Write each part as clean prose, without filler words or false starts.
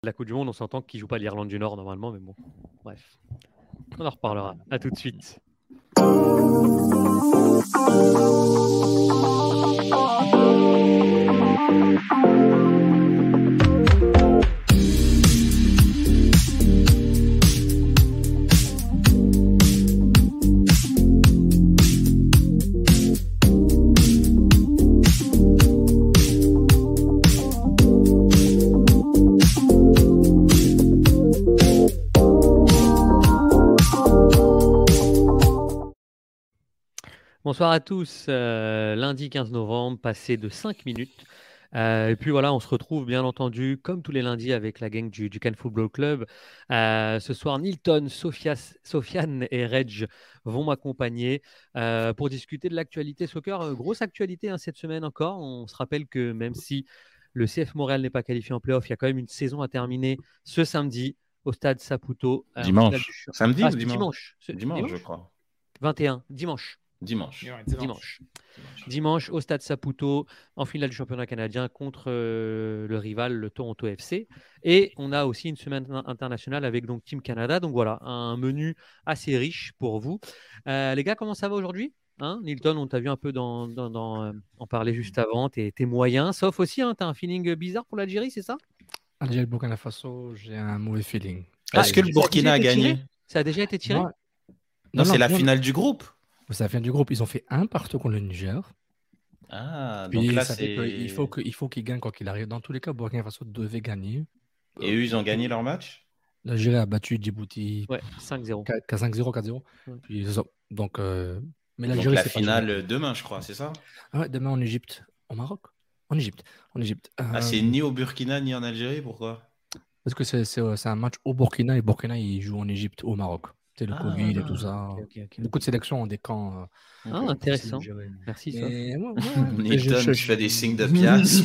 la Coupe du Monde, on s'entend qu'ils ne jouent pas l'Irlande du Nord normalement, mais bon, bref. On en reparlera. À tout de suite. Bonsoir à tous, lundi 15 novembre, passé de 5 minutes. Et puis voilà, on se retrouve bien entendu, comme tous les lundis, avec la gang du Cannes Football Club. Ce soir, Nilton, Sofiane et Reg vont m'accompagner pour discuter de l'actualité soccer. Grosse actualité cette semaine encore. On se rappelle que même si le CF Montréal n'est pas qualifié en play-off, il y a quand même une saison à terminer ce samedi au stade Saputo. Dimanche. Samedi ou dimanche? Dimanche, je crois. 21, dimanche. Dimanche au stade Saputo en finale du championnat canadien contre le rival, le Toronto FC. Et on a aussi une semaine internationale avec donc Team Canada. Donc voilà, un menu assez riche pour vous. Les gars, comment ça va aujourd'hui? Nilton, on t'a vu un peu en parler juste avant. T'es moyen, sauf aussi, t'as un feeling bizarre pour l'Algérie, c'est ça? Algérie, Burkina Faso, j'ai un mauvais feeling. Est-ce que le Burkina a gagné? Ça a déjà été tiré? Non, c'est la finale du groupe. C'est la finale du groupe. Ils ont fait 1-1 contre le Niger. Donc là, il faut qu'ils gagnent quoi qu'il arrive. Dans tous les cas, Burkina Faso devait gagner. Et eux, ils ont gagné leur match? L'Algérie a battu Djibouti 5-0. 5-0, 4-0. Puis, donc, mais l'Algérie, donc la finale demain, je crois, c'est ça? Ouais, demain en Égypte. Au Maroc? En Égypte. C'est ni au Burkina ni en Algérie, pourquoi? Parce que c'est un match au Burkina et Burkina, il joue en Égypte, au Maroc. C'est le Covid et tout ça. Okay. Beaucoup de sélections ont des camps. Intéressant. Merci, Sof. Nilton, je fais des signes de pièce.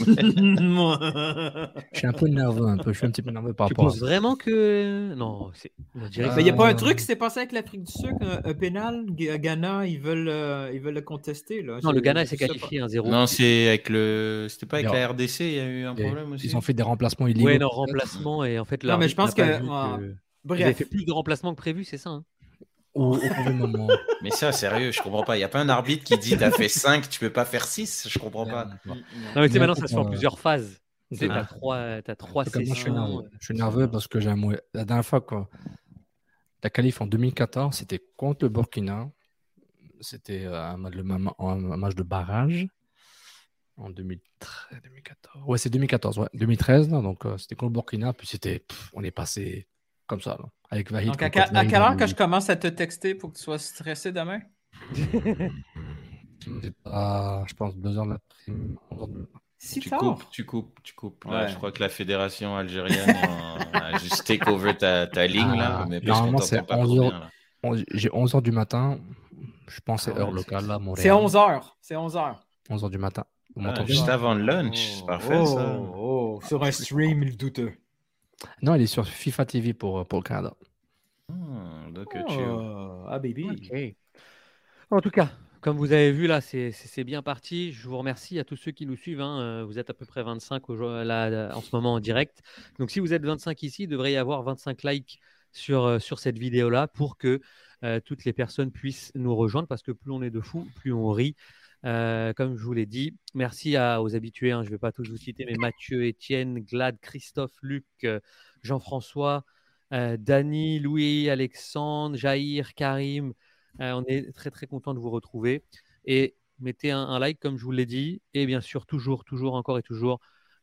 Je suis un peu nerveux, Je suis un petit peu nerveux par rapport à ça. Tu penses vraiment que... Non, c'est... Il n'y a pas un truc qui s'est passé avec l'Afrique du Sud, un pénal, Ghana, ils veulent le contester. Là. Non, le Ghana s'est qualifié 1-0. Non, c'est avec le... C'était pas avec la RDC, il y a eu un problème aussi. Ils ont fait des remplacements illégaux. Oui, remplacement, et en fait... Non, mais je pense que... Bref. Vous avez fait plus de remplacements que prévu, c'est ça au moment. Mais ça, sérieux, je comprends pas. Il n'y a pas un arbitre qui dit t'as fait 5, tu peux pas faire 6. Je comprends pas. Non, mais tu sais, maintenant, ça se fait en plusieurs phases. Tu sais, t'as trois sessions. Je suis nerveux parce que la dernière fois, la qualif en 2014, c'était contre le Burkina. C'était un match de barrage. En 2013, 2014. Ouais, c'est 2014. Ouais. 2013, là, donc c'était contre le Burkina. Puis on est passé comme ça, là, avec Vahid. Donc, à quelle heure que je commence à te texter pour que tu sois stressé demain? Je pense 2h de l'après-midi. Tu coupes. Là, je crois que la fédération algérienne a juste take over ta ligne. Là, mais normalement, c'est 11h. J'ai 11h du matin. Je pense que c'est heure locale, là, Montréal. C'est 11h. 11h du matin. Juste avant le lunch. C'est parfait, ça. Sur un stream, il douteux. Non, il est sur FIFA TV pour le Canada. Baby. Okay. En tout cas, comme vous avez vu là, c'est bien parti. Je vous remercie à tous ceux qui nous suivent. Vous êtes à peu près 25 là, en ce moment en direct. Donc si vous êtes 25 ici, il devrait y avoir 25 likes sur cette vidéo-là pour que toutes les personnes puissent nous rejoindre, parce que plus on est de fous, plus on rit. Comme je vous l'ai dit, merci aux habitués, je ne vais pas tous vous citer, mais Mathieu, Étienne, Glad, Christophe, Luc, Jean-François, Dany, Louis, Alexandre, Jaïr, Karim. On est très très content de vous retrouver, et mettez un like comme je vous l'ai dit, et bien sûr toujours encore et toujours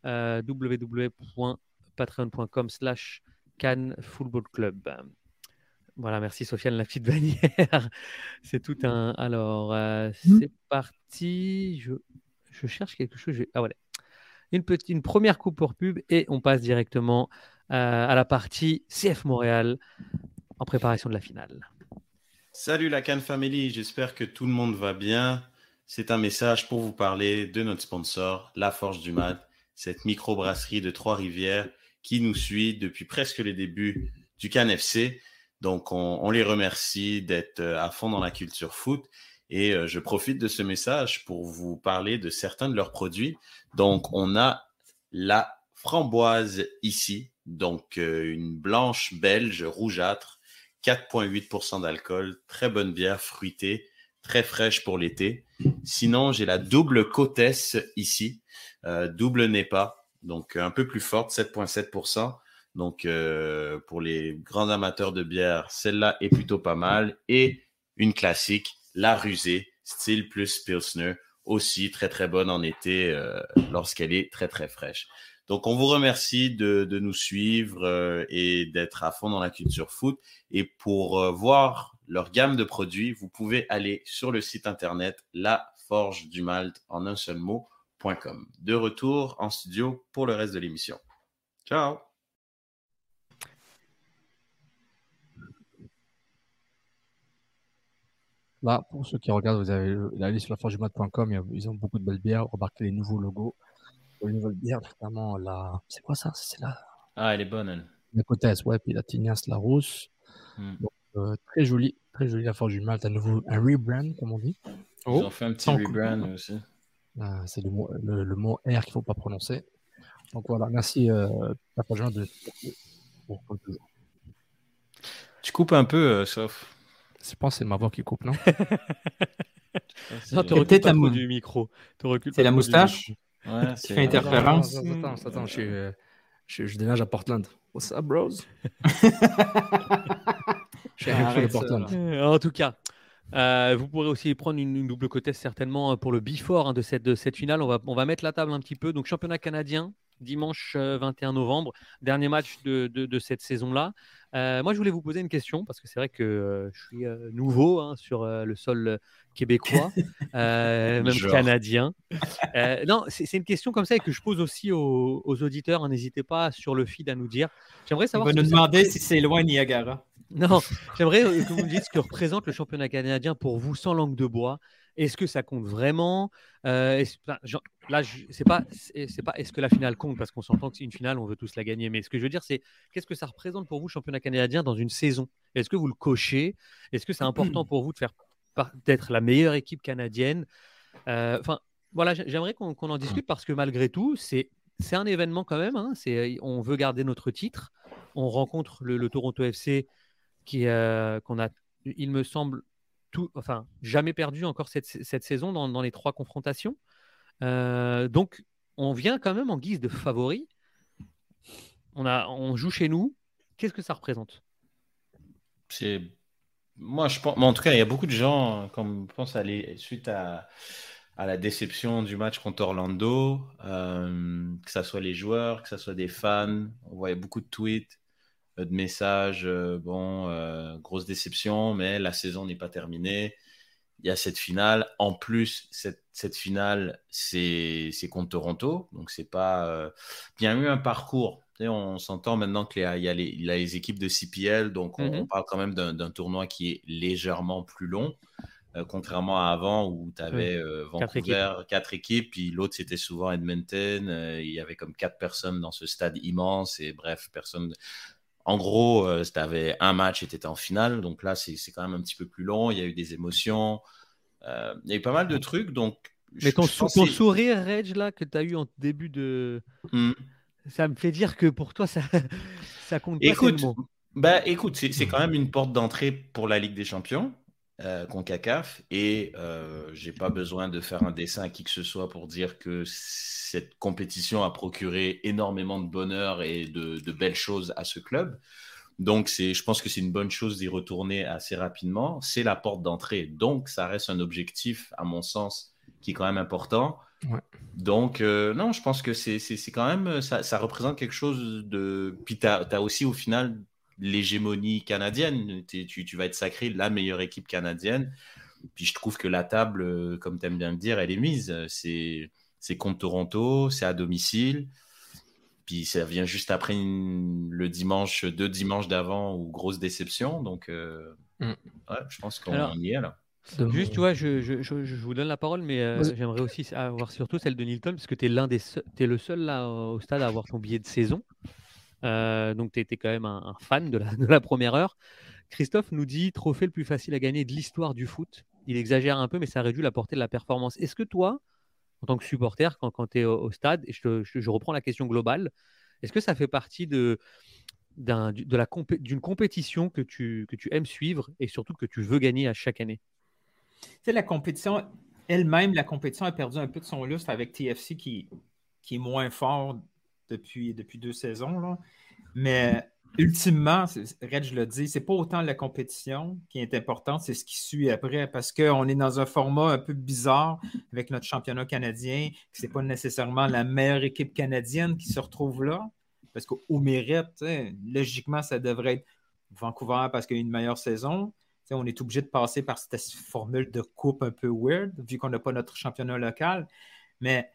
www.patreon.com/Cannes Football Club. Voilà, merci Sofiane, la petite bannière. C'est tout un... Alors, c'est parti. Je cherche quelque chose. Ah, voilà. Une première coupe pour pub, et on passe directement à la partie CF Montréal en préparation de la finale. Salut la Cannes Family, j'espère que tout le monde va bien. C'est un message pour vous parler de notre sponsor, La Forge du Mat, cette microbrasserie de Trois-Rivières qui nous suit depuis presque les débuts du Cannes FC. Donc, on les remercie d'être à fond dans la culture foot, et je profite de ce message pour vous parler de certains de leurs produits. Donc, on a la framboise ici, Donc, une blanche belge rougeâtre, 4,8% d'alcool, très bonne bière fruitée, très fraîche pour l'été. Sinon, j'ai la double Côtesse ici, double NEPA, donc un peu plus forte, 7,7%. Donc, pour les grands amateurs de bière, celle-là est plutôt pas mal. Et une classique, la Rusée, style plus Pilsner, aussi très très bonne en été lorsqu'elle est très très fraîche. Donc, on vous remercie de nous suivre et d'être à fond dans la culture foot. Et pour voir leur gamme de produits, vous pouvez aller sur le site internet laforgedumalte en un seul mot.com. De retour en studio pour le reste de l'émission. Ciao! Là, pour ceux qui regardent, vous avez allé sur laforgedumalte.com, ils ont beaucoup de belles bières. Remarquez les nouveaux logos. Les nouvelles bières, notamment la. C'est quoi ça? C'est Ah, elle est bonne, elle. la Côtesse, ouais, puis la Tignasse, la Rousse. Donc, très joli la Forge du Malte. À nouveau, un rebrand, comme on dit. Ils ont fait un petit rebrand aussi. C'est le mot R qu'il ne faut pas prononcer. Donc voilà, merci la Forge du Malte de pour toujours. Tu coupes un peu, sauf. Je pense que c'est ma voix qui coupe, non? Non, tu recules pas trop du micro. C'est la moustache? Ouais, qui fait interférence. Attends, je déménage à Portland. What's up, bros? Je suis à Portland. En tout cas, vous pourrez aussi prendre une double Côtesse certainement pour le before de cette finale. On va mettre la table un petit peu. Donc, championnat canadien, dimanche 21 novembre, dernier match de cette saison-là. Moi, je voulais vous poser une question parce que c'est vrai que je suis nouveau sur le sol québécois, même canadien. Non, c'est une question comme ça et que je pose aussi aux auditeurs. N'hésitez pas sur le feed à nous dire. J'aimerais savoir. Il va nous demander si c'est loin Niagara. Non, j'aimerais que vous me dites ce que représente le championnat canadien pour vous sans langue de bois. Est-ce que ça compte vraiment là, c'est pas est-ce que la finale compte parce qu'on s'entend que c'est une finale, on veut tous la gagner. Mais ce que je veux dire, c'est qu'est-ce que ça représente pour vous le championnat canadien dans une saison? Est-ce que vous le cochez? Est-ce que c'est important pour vous de faire d'être la meilleure équipe canadienne? Enfin, voilà, j'aimerais qu'on en discute parce que malgré tout, c'est un événement quand même. On veut garder notre titre. On rencontre le Toronto FC qu'on a, il me semble, jamais perdu encore cette saison dans les 3 confrontations. Donc, on vient quand même en guise de favori. On joue chez nous. Qu'est-ce que ça représente? Moi, je pense. En tout cas, il y a beaucoup de gens, comme je pense, suite à la déception du match contre Orlando, que ce soit les joueurs, que ce soit des fans. On voyait beaucoup de tweets, de messages. Grosse déception, mais la saison n'est pas terminée. Il y a cette finale. En plus, cette finale, c'est contre Toronto. Donc, c'est pas. Il y a eu un parcours. On s'entend maintenant qu'il y a les équipes de CPL. Donc, on parle quand même d'un tournoi qui est légèrement plus long. Contrairement à avant où tu avais Vancouver, 4 équipes, puis l'autre c'était souvent Edmonton. Il y avait comme 4 personnes dans ce stade immense et bref, personne. En gros, tu avais un match et tu étais en finale. Donc là, c'est quand même un petit peu plus long. Il y a eu des émotions. Il y a eu pas mal de trucs. Donc, mais ton sourire, Reg, là, que tu as eu en début de. Ça me fait dire que pour toi, ça compte pas tellement. Écoute, c'est quand même une porte d'entrée pour la Ligue des Champions. CONCACAF et j'ai pas besoin de faire un dessin à qui que ce soit pour dire que cette compétition a procuré énormément de bonheur et de belles choses à ce club. Donc, je pense que c'est une bonne chose d'y retourner assez rapidement. C'est la porte d'entrée. Donc, ça reste un objectif, à mon sens, qui est quand même important. Ouais. Donc, non, je pense que c'est quand même... Ça représente quelque chose de... Puis, tu as aussi, au final, l'hégémonie canadienne. Tu vas être sacré la meilleure équipe canadienne. Puis, je trouve que la table, comme tu aimes bien le dire, elle est mise. C'est contre Toronto, c'est à domicile. Puis ça vient juste après deux dimanches d'avant ou grosse déception. Donc, ouais, je pense qu'on y est là. Juste, tu vois, je vous donne la parole, mais j'aimerais aussi avoir surtout celle de Nilton, parce que tu es le seul là au stade à avoir ton billet de saison. Donc, tu étais quand même un fan de la première heure. Christophe nous dit « Trophée le plus facile à gagner de l'histoire du foot ». Il exagère un peu, mais ça réduit la portée de la performance. Est-ce que toi, en tant que supporter, quand tu es au stade, et je reprends la question globale, Est-ce que ça fait partie d'une compétition que tu aimes suivre et surtout que tu veux gagner à chaque année? Tu sais, la compétition elle-même, la compétition a perdu un peu de son lustre avec TFC qui est moins fort depuis 2 saisons, là. Mais ultimement, Reg le dit, c'est pas autant la compétition qui est importante, c'est ce qui suit après, parce qu'on est dans un format un peu bizarre avec notre championnat canadien, que c'est pas nécessairement la meilleure équipe canadienne qui se retrouve là, parce qu'au mérite, logiquement, ça devrait être Vancouver parce qu'il y a une meilleure saison. On est obligé de passer par cette formule de coupe un peu weird, vu qu'on n'a pas notre championnat local. Mais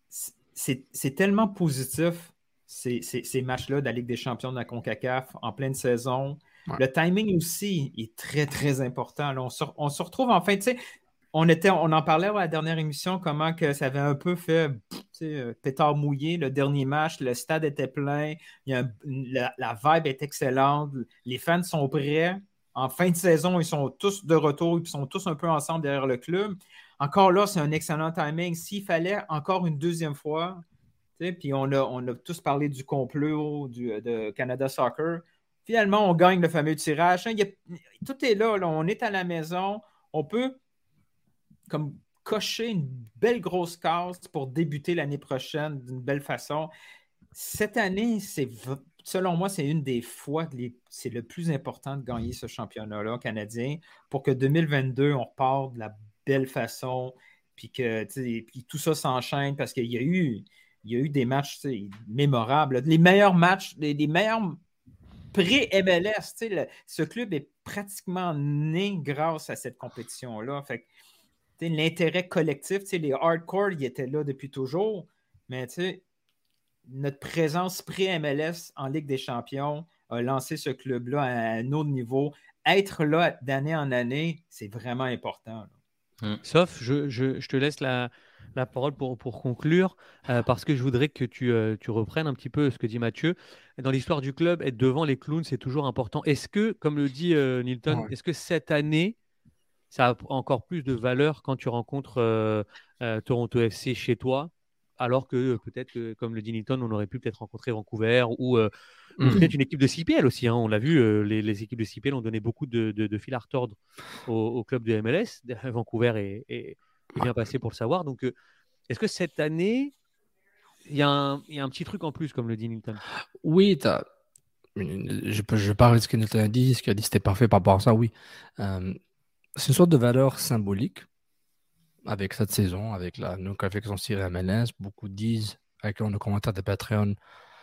c'est tellement positif, ces matchs-là de la Ligue des champions de la CONCACAF en pleine saison. Ouais. Le timing aussi est très, très important. Là, on se retrouve en fin, tu sais, on en parlait à la dernière émission, comment que ça avait un peu fait pétard mouillé. Le dernier match, le stade était plein, la vibe est excellente, les fans sont prêts. En fin de saison, ils sont tous de retour, ils sont tous un peu ensemble derrière le club. Encore là, c'est un excellent timing. S'il fallait encore une deuxième fois, puis on a tous parlé du complot de Canada Soccer, finalement, on gagne le fameux tirage. Tout est là, on est à la maison, on peut comme cocher une belle grosse case pour débuter l'année prochaine d'une belle façon. Cette année, selon moi, c'est une des fois, c'est le plus important de gagner ce championnat-là canadien pour que 2022, on repart de la belle façon, puis que puis tout ça s'enchaîne parce qu'il y a eu des matchs mémorables. Les meilleurs matchs, les meilleurs pré-MLS. Ce club est pratiquement né grâce à cette compétition-là. Fait que, l'intérêt collectif, les hardcore, ils étaient là depuis toujours, mais notre présence pré-MLS en Ligue des champions a lancé ce club-là à un autre niveau. Être là d'année en année, c'est vraiment important. Sauf, je te laisse la parole pour conclure, parce que je voudrais que tu reprennes un petit peu ce que dit Mathieu. Dans l'histoire du club, être devant les clowns, c'est toujours important. Est-ce que, comme le dit Nilton, est-ce que cette année, ça a encore plus de valeur quand tu rencontres Toronto FC chez toi, alors que peut-être, comme le dit Nilton, on aurait pu peut-être rencontrer Vancouver ou peut-être une équipe de CPL aussi. Hein. On l'a vu, les équipes de CPL ont donné beaucoup de fil à retordre au club de MLS. Vancouver est bien passé pour le savoir. Donc, est-ce que cette année, il y a un petit truc en plus, comme le dit Nilton? Oui, je vais parler de ce que Nilton a dit. Ce qu'il a dit, c'était parfait par rapport à ça, oui. C'est une sorte de valeur symbolique avec cette saison, avec la non-qualification tirée à MLS. Beaucoup disent, avec le commentaire de Patreon,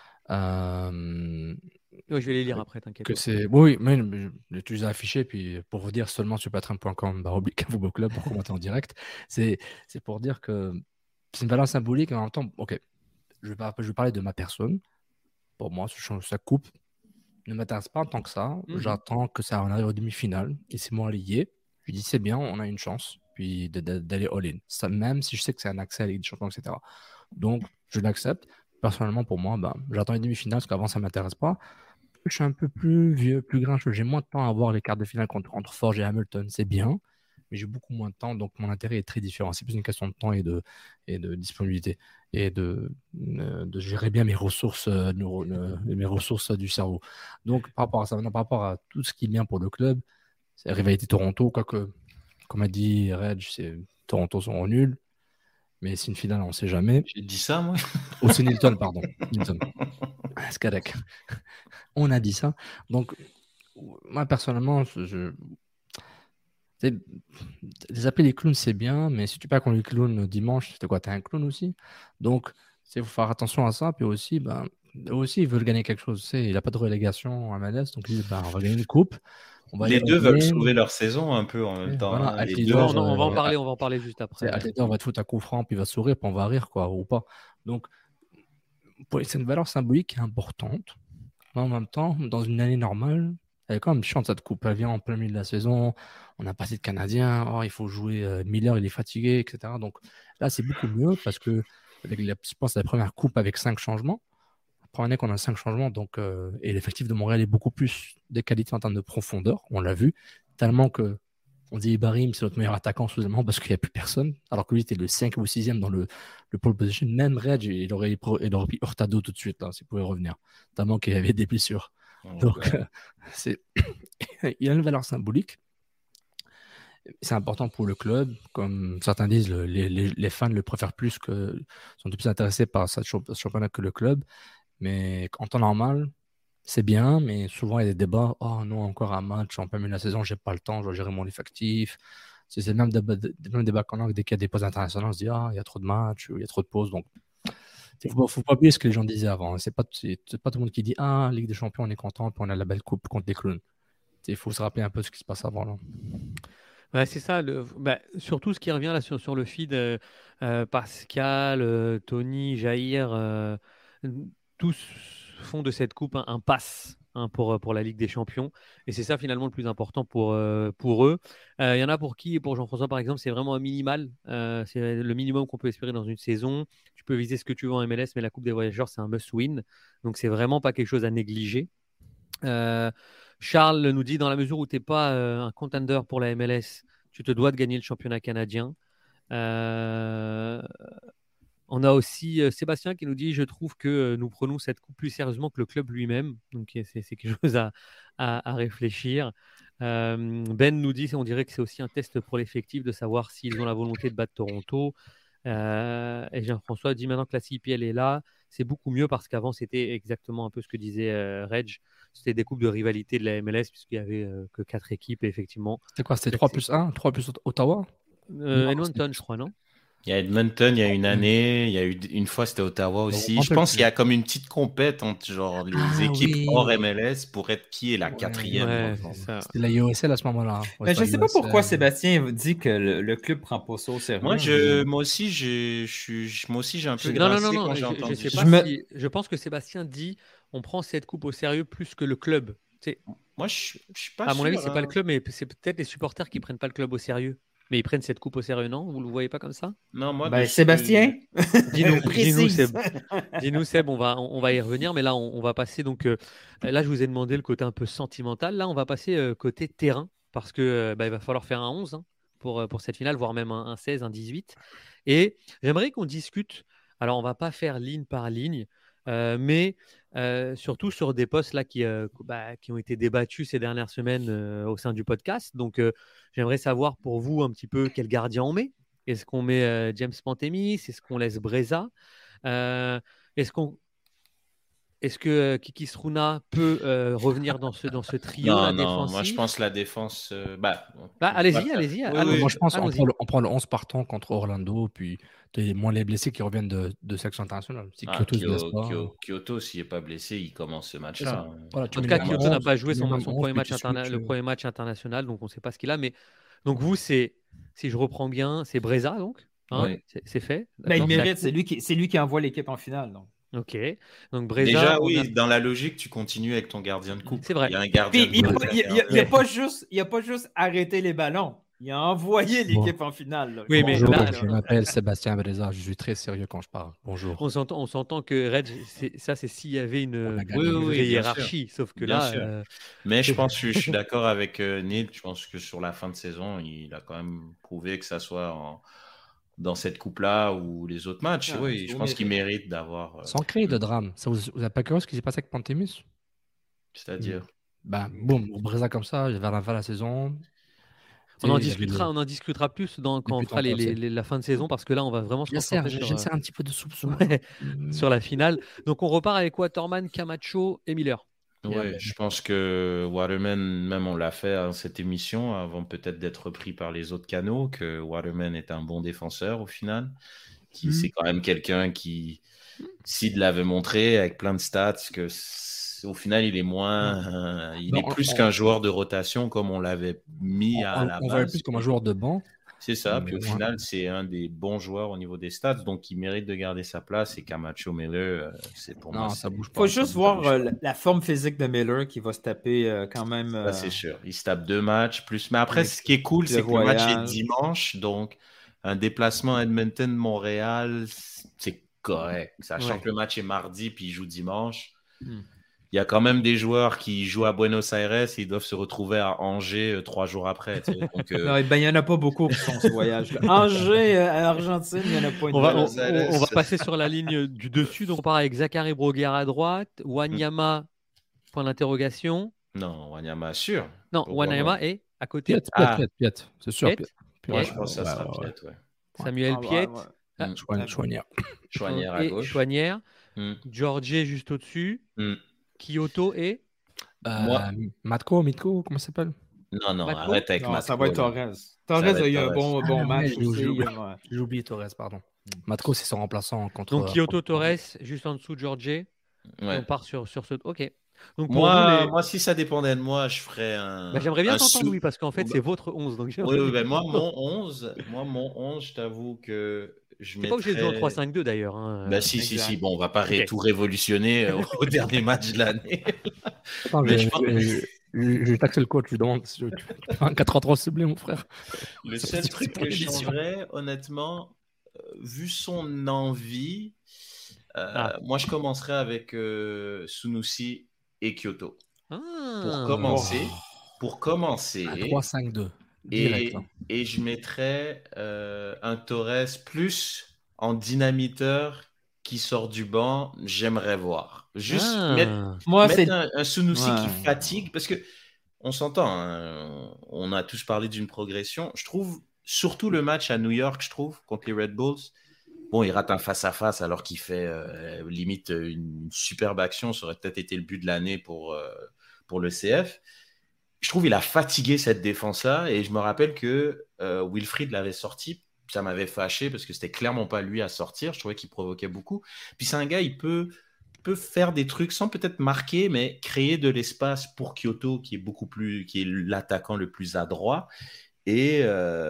oui, je vais les lire après, t'inquiète. Que c'est... Oui, mais je les ai affichés, puis pour vous dire seulement sur patreon.com/Football Club pour commenter en direct, c'est pour dire que c'est une valeur symbolique, et en même temps, ok, je vais parler de ma personne. Pour moi, sa coupe ne m'intéresse pas en tant que ça. J'attends que ça en arrive aux demi-finales, et c'est moi lié. Je dis, c'est bien, on a une chance, puis d'aller all-in. Ça, même si je sais que c'est un accès à la Ligue des Champions, etc. Donc, je l'accepte. Personnellement, pour moi, j'attends les demi-finales, parce qu'avant, ça ne m'intéresse pas. Je suis un peu plus vieux, plus grincheux. J'ai moins de temps à voir les quarts de finale entre Forge et Hamilton, c'est bien, mais j'ai beaucoup moins de temps, donc mon intérêt est très différent. C'est plus une question de temps et de disponibilité et de gérer bien mes ressources, mes ressources du cerveau. Donc, par rapport à ça, maintenant, par rapport à tout ce qui est bien pour le club, c'est la rivalité Toronto, quoique, comme a dit Reg, Toronto sont nuls, mais c'est une finale, on ne sait jamais. J'ai dit ça, moi. Oh, c'est Nilton, pardon. Nilton. C'est correct. On a dit ça. Donc, moi, personnellement, les appeler les clowns, c'est bien, mais si tu pars contre les clowns dimanche, c'est quoi? T'es un clown aussi. Donc, il faut faire attention à ça. Puis aussi, eux aussi, ils veulent gagner quelque chose. Il n'y a pas de relégation à MLS, donc ils disent, on va gagner une coupe. Les deux veulent sauver leur saison un peu en même temps. Voilà, on va en parler juste après. Altidore va te foutre à coup franc, puis il va sourire, puis on va rire, quoi, ou pas. Donc, c'est une valeur symbolique qui est importante. Mais en même temps, dans une année normale, elle est quand même chiante cette coupe. Elle vient en plein milieu de la saison. On n'a pas assez de Canadiens. Il faut jouer. Miller, il est fatigué, etc. Donc là, c'est beaucoup mieux parce que je pense que c'est la première coupe avec 5 changements. La première année qu'on a 5 changements. Donc, et l'effectif de Montréal est beaucoup plus de qualité en termes de profondeur. On l'a vu. Tellement que On dit Ibrahim, c'est notre meilleur attaquant sous-allemand parce qu'il n'y a plus personne. Alors que lui, était le 5 ou 6e dans le pole position. Même Reg, il aurait pris Hurtado tout de suite, là, s'il pouvait revenir. Tellement qu'il y avait des blessures. Donc, il a une valeur symbolique. C'est important pour le club. Comme certains disent, les fans le préfèrent plus sont plus intéressés par ce championnat que le club. Mais en temps normal, c'est bien, mais souvent il y a des débats. Oh non, encore un match en plein milieu de la saison, j'ai pas le temps, je dois gérer mon effectif. C'est le même débat qu'on a dès qu'il y a des pauses internationales. On se dit, il y a trop de matchs, il y a trop de pauses. Donc, il ne faut pas oublier ce que les gens disaient avant. C'est pas tout le monde qui dit, Ligue des Champions, on est content, puis on a la belle coupe contre les clowns. Il faut se rappeler un peu ce qui se passe avant. Là. Ouais, c'est ça. Surtout ce qui revient là sur le feed, Pascal, Tony, Jair, tous font de cette coupe un pass pour la Ligue des Champions. Et c'est ça finalement le plus important pour eux. Il y en a pour qui, pour Jean-François par exemple, c'est vraiment un minimal. C'est le minimum qu'on peut espérer dans une saison. Tu peux viser ce que tu veux en MLS, mais la Coupe des Voyageurs, c'est un must-win. Donc c'est vraiment pas quelque chose à négliger. Charles nous dit, dans la mesure où tu n'es pas un contender pour la MLS, tu te dois de gagner le championnat canadien. On a aussi Sébastien qui nous dit, je trouve que nous prenons cette coupe plus sérieusement que le club lui-même. Donc c'est quelque chose à réfléchir. Ben nous dit, on dirait que c'est aussi un test pour l'effectif de savoir s'ils ont la volonté de battre Toronto. Et Jean-François dit, maintenant que la CIPL est là, c'est beaucoup mieux parce qu'avant c'était exactement un peu ce que disait Reg. C'était des coupes de rivalité de la MLS puisqu'il n'y avait que 4 équipes et effectivement. C'était quoi? C'était 3+1, 3 plus Ottawa? Edmonton, je crois, non? Il y a Edmonton, il y a une année, il y a eu une fois c'était Ottawa aussi. Je pense qu'il y a comme une petite compète entre genre les équipes hors MLS pour être qui est la quatrième. Ouais, c'est ça. C'était la USL à ce moment-là. Mais je ne sais pas pourquoi Sébastien dit que le club prend pas ça au sérieux. Moi aussi j'ai un peu grincé quand j'ai entendu. Je pense que Sébastien dit on prend cette coupe au sérieux plus que le club. Moi je suis pas sûr. À mon avis, c'est hein. pas le club, mais c'est peut-être les supporters qui prennent pas le club au sérieux. Mais ils prennent cette coupe au sérieux, non? Vous le voyez pas comme ça? Non, moi. Sébastien, dis-nous Seb, on va y revenir, mais là on va passer donc là je vous ai demandé le côté un peu sentimental. Là on va passer côté terrain parce que il va falloir faire un 11 pour cette finale, voire même un 16, un 18. Et j'aimerais qu'on discute. Alors on va pas faire ligne par ligne, mais surtout sur des postes là qui ont été débattus ces dernières semaines au sein du podcast. Donc, j'aimerais savoir pour vous un petit peu quel gardien on met. Est-ce qu'on met James Pantemis? Est-ce qu'on laisse Breza? Est-ce que Kiki Srouna peut revenir dans ce trio défensif? Moi je pense la défense. Allez-y. Moi je pense qu'on prend le 11 partant contre Orlando, puis tu as moins les blessés qui reviennent de section internationale. Si Kyoto, s'il n'est pas blessé, il commence ce match-là. En tout cas, Kyoto n'a pas joué son premier match le premier match international, donc on ne sait pas ce qu'il a. Mais donc vous, si je reprends bien, c'est Breza, donc oui. C'est fait. Il mérite, c'est lui qui envoie l'équipe en finale. Donc. Ok, donc Breza. Déjà, oui, dans la logique, tu continues avec ton gardien de coupe. C'est vrai. Il y a un gardien de coupe. Il n'a pas juste arrêté les ballons. Il a envoyé l'équipe en finale. Là. Oui, mais là, je m'appelle Sébastien Breza. Je suis très sérieux quand je parle. Bonjour. On s'entend que Reg, c'est s'il y avait une hiérarchie. Sauf que bien là. sûr. Mais je pense que je suis d'accord avec Neil. Je pense que sur la fin de saison, il a quand même prouvé que ça soit dans cette coupe-là ou les autres matchs. Oui, je pense qu'il mérite d'avoir. Sans créer de drame. Ça vous n'avez pas curieux ce qui s'est passé avec Pantemis? C'est-à-dire boum, on Breza comme ça, vers la fin de la saison. On en discutera plus quand on fera la fin de saison parce que là, on va vraiment se concentrer sur un petit peu de soupçon sur la finale. Donc, on repart avec Waterman, Camacho et Miller. Oui, je pense que Waterman, même on l'a fait cette émission avant peut-être d'être pris par les autres canaux, que Waterman est un bon défenseur au final. C'est quand même quelqu'un qui, Sid l'avait montré avec plein de stats, que au final il est moins, il est plus qu'un joueur de rotation comme on l'avait mis à la base. On voit plus comme un joueur de banc. C'est ça, puis au final, c'est un des bons joueurs au niveau des stats, donc il mérite de garder sa place. Et Camacho Miller, c'est pour moi. Ça bouge pas. Il faut juste voir la forme physique de Miller qui va se taper quand même. Ça, c'est sûr. Il se tape 2 matchs plus. Mais après, ce qui est cool, c'est que le match est dimanche, donc un déplacement à Edmonton-Montréal, c'est correct. Sachant que le match est mardi, puis il joue dimanche. il y a quand même des joueurs qui jouent à Buenos Aires et ils doivent se retrouver à Angers 3 jours après. Tu sais. Donc, Non, il n'y en a pas beaucoup qui font ce voyage-là. Angers, à Argentine, il n'y en a pas une. On va, Buenos Aires. on va passer sur la ligne du dessus. Donc, on part avec Zachary Broguière à droite, Wanyama, point d'interrogation. Non, Wanyama, sûr. Non, Pourquoi Wanyama est à côté. Piet. C'est sûr. Piet. Moi, Piet. je pense que ça sera Piet, ouais. Samuel Ah, Piet. ouais. Ah, Chouanière. Chouanière à et gauche. Chouanière. Hmm. Georgier juste au-dessus. Hmm. Kyoto et Moi- Mitko, comment ça s'appelle? Non, Matko? arrête avec Non, Matko. ça va être là. Torres. Ça Torres va a eu être un Torres. bon match j'ai aussi. oublié. Ouais. J'ai oublié Torres, pardon. Matko, c'est son remplaçant contre. donc Kyoto Torres juste en dessous de Georgier. Et Ouais. on part sur ce. Ok. Donc pour vous, Moi, si ça dépendait de moi, je ferais un. Bah, j'aimerais bien un t'entendre, sou- oui, parce qu'en fait, Bah, c'est votre 11. Donc Oui, ben moi, mon 11, je t'avoue que je T'es pas obligé de jouer en mettrais. 3-5-2 d'ailleurs. Hein. Bah si. Exact. Bon, on va pas Ok. tout révolutionner au dernier match de l'année. Attends, Mais je vais taxer le coach, je lui demande si tu fais un 4-3 ciblé, mon frère. Le Ça seul fait truc pour que je l'émission. changerais, honnêtement, vu son envie, Ah. moi je commencerais avec Sunusi et Kyoto. Ah. Pour commencer, Un 3-5-2. et, Direct. Hein. et je mettrais un Torres plus en dynamiteur qui sort du banc, j'aimerais voir. Juste mettre Moi, c'est. un Sunusi qui Ouais. fatigue, parce que on s'entend, hein, on a tous parlé d'une progression. Je trouve, surtout le match à New York, je trouve, contre les Red Bulls, bon, il rate un face-à-face alors qu'il fait limite une superbe action. Ça aurait peut-être été le but de l'année pour le CF. Je trouve qu'il a fatigué cette défense-là et je me rappelle que Wilfried l'avait sorti. Ça m'avait fâché parce que c'était clairement pas lui à sortir. Je trouvais qu'il provoquait beaucoup. Puis c'est un gars, il peut faire des trucs sans peut-être marquer, mais créer de l'espace pour Kyoto, qui est l'attaquant le plus adroit. Et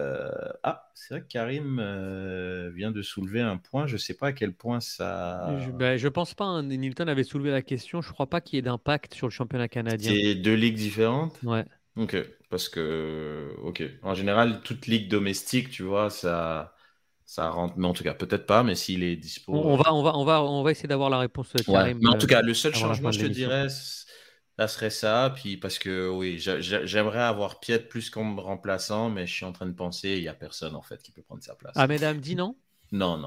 c'est vrai que Karim vient de soulever un point. Je ne sais pas à quel point ça. Je pense pas. Hein. Nilton avait soulevé la question. Je crois pas qu'il y ait d'impact sur le championnat canadien. C'est 2 ligues différentes. Ouais. Ok, parce que en général, toute ligue domestique, tu vois, ça rentre. Mais en tout cas, peut-être pas. Mais s'il est dispo. On va essayer d'avoir la réponse de Karim. Ouais. Mais en tout cas, le seul avant la changement, fin de je te l'émission. dirais, ça serait ça. Puis parce que oui, j'aimerais avoir Piet plus comme remplaçant, mais je suis en train de penser, il n'y a personne en fait qui peut prendre sa place. Ahmed Hamdi, non? Non.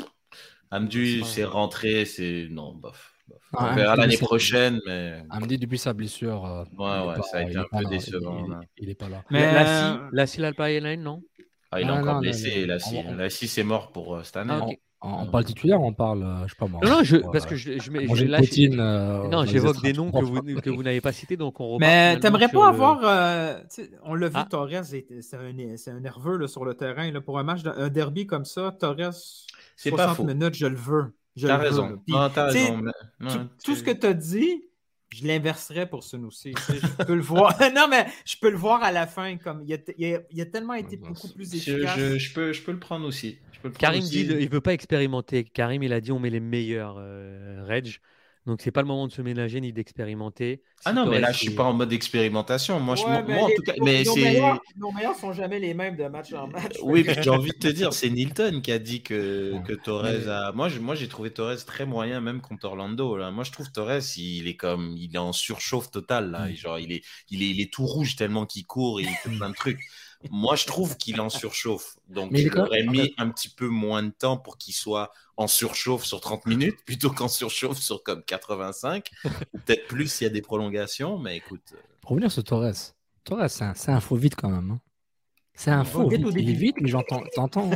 Hamdi, Ouais. c'est rentré, c'est. Non, bof. Ah, On verra Hamdi, l'année c'est- prochaine, mais. Hamdi, depuis sa blessure, Ça a été un peu décevant. là. il est pas là. Mais Lassi Lalpaïen, non? Ah, il est Ah, encore non, blessé, non. Lassi, c'est mort pour cette année. Ah, ok. On parle titulaire, on parle, je sais pas moi. Non, parce que je manger une là, poutine. non, j'évoque des noms que vous n'avez pas cités, donc on repart. Mais finalement t'aimerais sur pas le- avoir. On l'a vu, Ah. Torres, c'est un nerveux là, sur le terrain. Là, pour un match, un derby comme ça, Torres, C'est 60 pas faux. minutes, je le veux. T'as raison. Puis, Non, t'as tu sais, raison. mais- tout ce que tu as dit, je l'inverserais pour Sunusi. Je peux le voir. Non, mais je peux le voir à la fin. Comme il a tellement été beaucoup plus efficace. Je peux le prendre aussi. Karim dit il veut pas expérimenter. Karim, il a dit on met les meilleurs Reg. Donc c'est pas le moment de se ménager ni d'expérimenter. Ah non, mais là, je suis pas en mode expérimentation. Moi, Ouais, en tout cas, mais nos c'est. meilleurs sont jamais les mêmes de match en match. Oui, mais j'ai envie de te dire, c'est Nilton qui a dit que Torres Mais- a. Moi, j'ai trouvé Torres très moyen, même contre Orlando. Là. Moi, je trouve Torres, il est en surchauffe totale. Là. Genre, il est tout rouge tellement qu'il court et il fait plein de trucs. Moi, je trouve qu'il est en surchauffe. Donc, Mais il je est quand l'aurais même- mis un petit peu moins de temps pour qu'il soit en surchauffe sur 30 minutes plutôt qu'en surchauffe sur comme 85. Ou peut-être plus s'il y a des prolongations. Mais écoute. Pour revenir sur Torres, c'est un faux vite quand même. Hein. C'est un faux vite vite. au Il est début. vite, mais t'entends.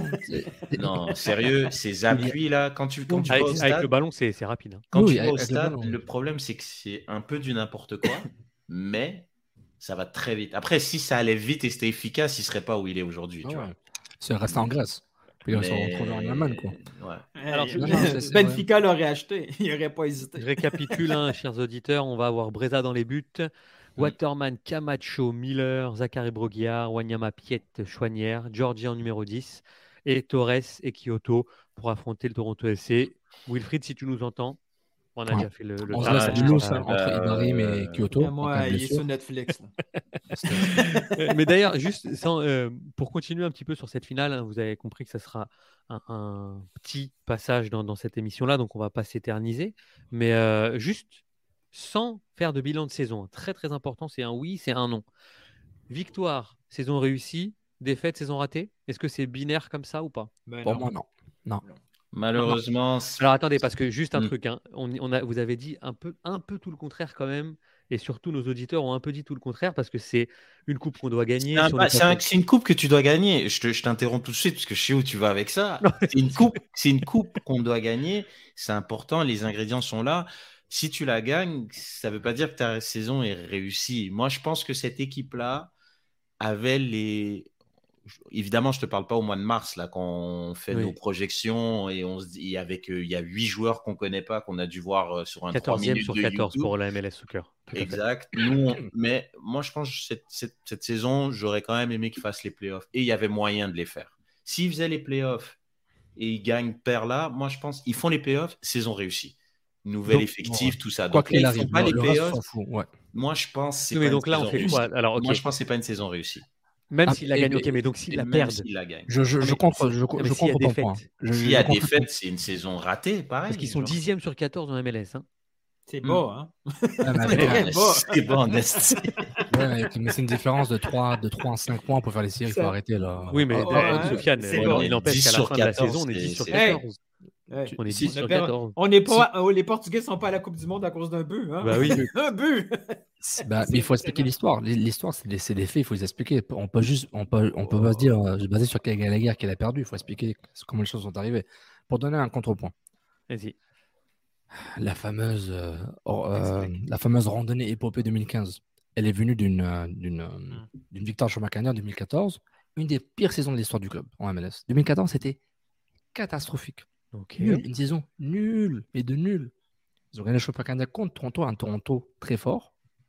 Non, sérieux, ces appuis là, quand tu vas au Avec le stade, ballon, c'est rapide. Hein. quand Oui, tu vas au avec le stade, ballon. le problème c'est que c'est un peu du n'importe quoi, mais ça va très vite. Après, si ça allait vite et c'était efficace, il serait pas où il est aujourd'hui. Ah Tu ouais. vois. C'est resté en Grèce. Puis il va se retrouver en Allemagne, quoi. Ouais. Alors, c'est Benfica l'aurait acheté. Il n'aurait pas hésité. Je récapitule, hein, chers auditeurs. On va avoir Breza dans les buts, Waterman, Camacho, Miller, Zachary Broguiard, Wanyama, Piet, Chouanière, Georgie en numéro 10 et Torres et Kyoto pour affronter le Toronto FC. Wilfried, si tu nous entends, on a Ouais. déjà fait le On se travail. laisse du loup, ça, entre Ibrahim et Kyoto. Mais en cas moi, de il est blessure. sur Netflix. là. Mais d'ailleurs, juste pour continuer un petit peu sur cette finale, hein, vous avez compris que ça sera un petit passage dans cette émission-là, donc on ne va pas s'éterniser. Mais juste sans faire de bilan de saison. Très, très important, c'est un oui, c'est un non. Victoire, saison réussie. Défaite, saison ratée. Est-ce que c'est binaire comme ça ou pas? Pour moi, non. Non. Malheureusement, Alors attendez, parce que juste un Hmm. truc, hein, vous avez dit un peu tout le contraire quand même, et surtout nos auditeurs ont un peu dit tout le contraire parce que c'est une coupe qu'on doit gagner. Si on est pas c'est une coupe que tu dois gagner. Je t'interromps tout de suite parce que je sais où tu vas avec ça. Non, C'est une coupe qu'on doit gagner. C'est important. Les ingrédients sont là. Si tu la gagnes, ça ne veut pas dire que ta saison est réussie. Moi, je pense que cette équipe-là avait les. Évidemment, je ne te parle pas au mois de mars, là, quand on fait Oui. nos projections et on se dit, il y a 8 joueurs qu'on ne connaît pas, qu'on a dû voir sur un 3 14e minutes sur de 14 YouTube. pour la MLS Soccer. Tout à fait. Exact. Mais moi, je pense que cette saison, j'aurais quand même aimé qu'ils fassent les playoffs. Et il y avait moyen de les faire. S'ils faisaient les playoffs et ils gagnent paire là, moi, je pense qu'ils font les playoffs, saison réussie. Nouvelle Donc, effectif, tout ça. Quoi Donc là, qu'il ils arrive, font pas les le reste, playoffs. on s'en fout. Ouais. Moi, je pense que c'est Oui, pas mais une donc là, on saison fait réussie. quoi? Alors, ok. Moi, je pense que c'est pas une saison réussie. Même Ah, s'ils la et- gagnent, ok, mais donc s'ils Et la même perdent, s'ils la gagnent. Je mais contre, si- je, non, mais je s'il y a contre ton défaite. point. S'il y a je contre défaite, c'est une saison ratée, pareil. parce qu'ils sont genre. 10e sur 14 en MLS. Hein. C'est bas, hein? Ouais, mais C'est avec- bon, c'est bon, Nesti. mais c'est une différence de 3 à 5 points pour faire les séries. Il faut Ça- arrêter là. Oui, mais ouais, Sofiane, c'est il bon. il n'empêche 10 qu'à la sur fin de la 14, saison, on est 10 sur c'est- 14. Ouais. On est Si- 10 sur On a- 14. On n'est pas, les Portugais sont pas à la Coupe du Monde à cause d'un but. Hein? Bah oui. Un but! Mais il faut expliquer l'histoire. L'histoire, c'est des faits, il faut les expliquer. On peut pas se dire, se baser sur Gallagher qu'elle a perdu. Il faut expliquer comment les choses sont arrivées. Pour donner un contrepoint, Vas-y. la fameuse randonnée épopée 2015, elle est venue d'une victoire sur Macania en 2014, une des pires saisons de l'histoire du club en MLS. 2014, c'était catastrophique. Ok. Nul, une saison nulle, mais de nul. Ils ont gagné le championnat canadien contre Toronto, un Toronto très fort.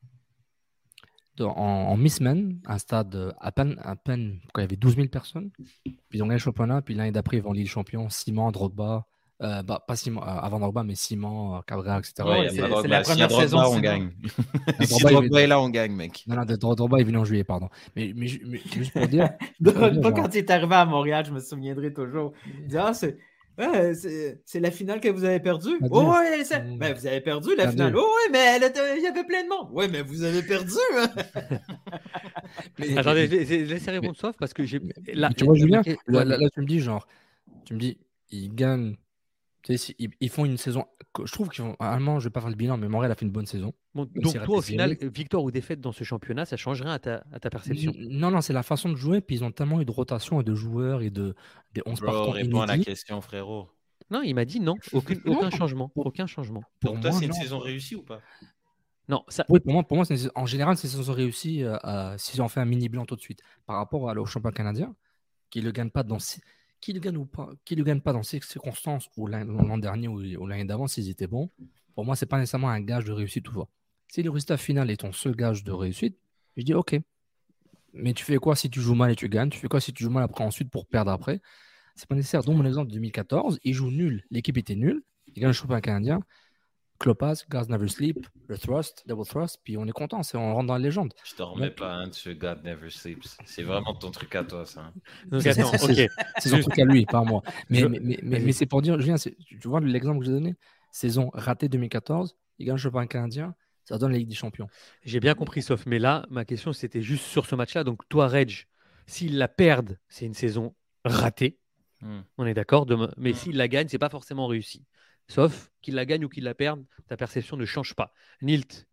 En mi-semaine, un stade à peine, quand il y avait 12 000 personnes. Puis ils ont gagné le championnat, puis l'année d'après, ils vont en Ligue des Champions, Simon, Drogba, pas Simon, avant Drogba, mais Simon, Cabrera, etc. Ouais, il y a c'est Drogba. la S'il y a première Drogba, saison, on sinon. gagne. Si Drogba, Drogba est là, on gagne, mec. Non, Drogba est venu en juillet, pardon. Mais juste pour dire. Pas quand il est arrivé à Montréal, je me souviendrai toujours. Il dit, c'est la finale que vous avez perdue. Adieu. Oh, ouais, ben, vous avez perdu la Adieu. finale. Oh, oui, mais il y avait plein de monde. Oui, mais vous avez perdu. Hein? Attendez, laissez répondre Sof parce que j'ai. Mais tu vois, Julien, Ouais, là, tu me dis, ils gagnent. Tu sais, ils font une saison. Je trouve qu'ils vont. Allemand, je vais pas faire le bilan, mais Montréal a fait une bonne saison. bon, Même donc s'il rate toi, au les final, séries. victoire ou défaite dans ce championnat, ça change rien à ta perception. Non, c'est la façon de jouer. Puis ils ont tellement eu de rotation et de joueurs et des 11 Bro, partants réponds à la inédits. question, frérot. Non, il m'a dit non, aucun changement, aucun changement. Pour Donc toi, moi, c'est une non. saison réussie ou pas? Non, ça. Oui, pour moi en général, c'est saison réussie si on fait un mini bilan tout de suite. Par rapport au championnat canadien, qui ne le gagne pas qui le gagne pas dans ces circonstances ou l'an dernier ou l'année d'avant, s'ils étaient bons, pour moi, c'est pas nécessairement un gage de réussite toutefois. Si le résultat final est ton seul gage de réussite, je dis OK. Mais tu fais quoi si tu joues mal et tu gagnes? Tu fais quoi si tu joues mal après ensuite pour perdre après? C'est pas nécessaire. Donc, mon exemple de 2014, ils jouent nul. L'équipe était nulle. Ils gagnent le championnat canadien. Klopas, Guys Never Sleep, le Thrust, Double Thrust, puis on est content, on rentre dans la légende. Je t'en remets pas un de ce God Never Sleeps. C'est vraiment ton truc à toi, ça. Donc C'est- attends, ok. C'est son truc à lui, pas à moi. Mais, Je- mais c'est pour dire, Julien, tu vois l'exemple que j'ai donné, saison ratée 2014, il gagne le championnat canadien, ça donne la Ligue des Champions. J'ai bien compris, sauf. Mais là, ma question, c'était juste sur ce match-là. Donc, toi, Reg, s'ils la perdent, c'est une saison ratée. On est d'accord. Mais s'ils la gagnent, c'est pas forcément réussi. Sauf qu'ils la gagnent ou qu'ils la perdent, ta perception ne change pas. Nilt,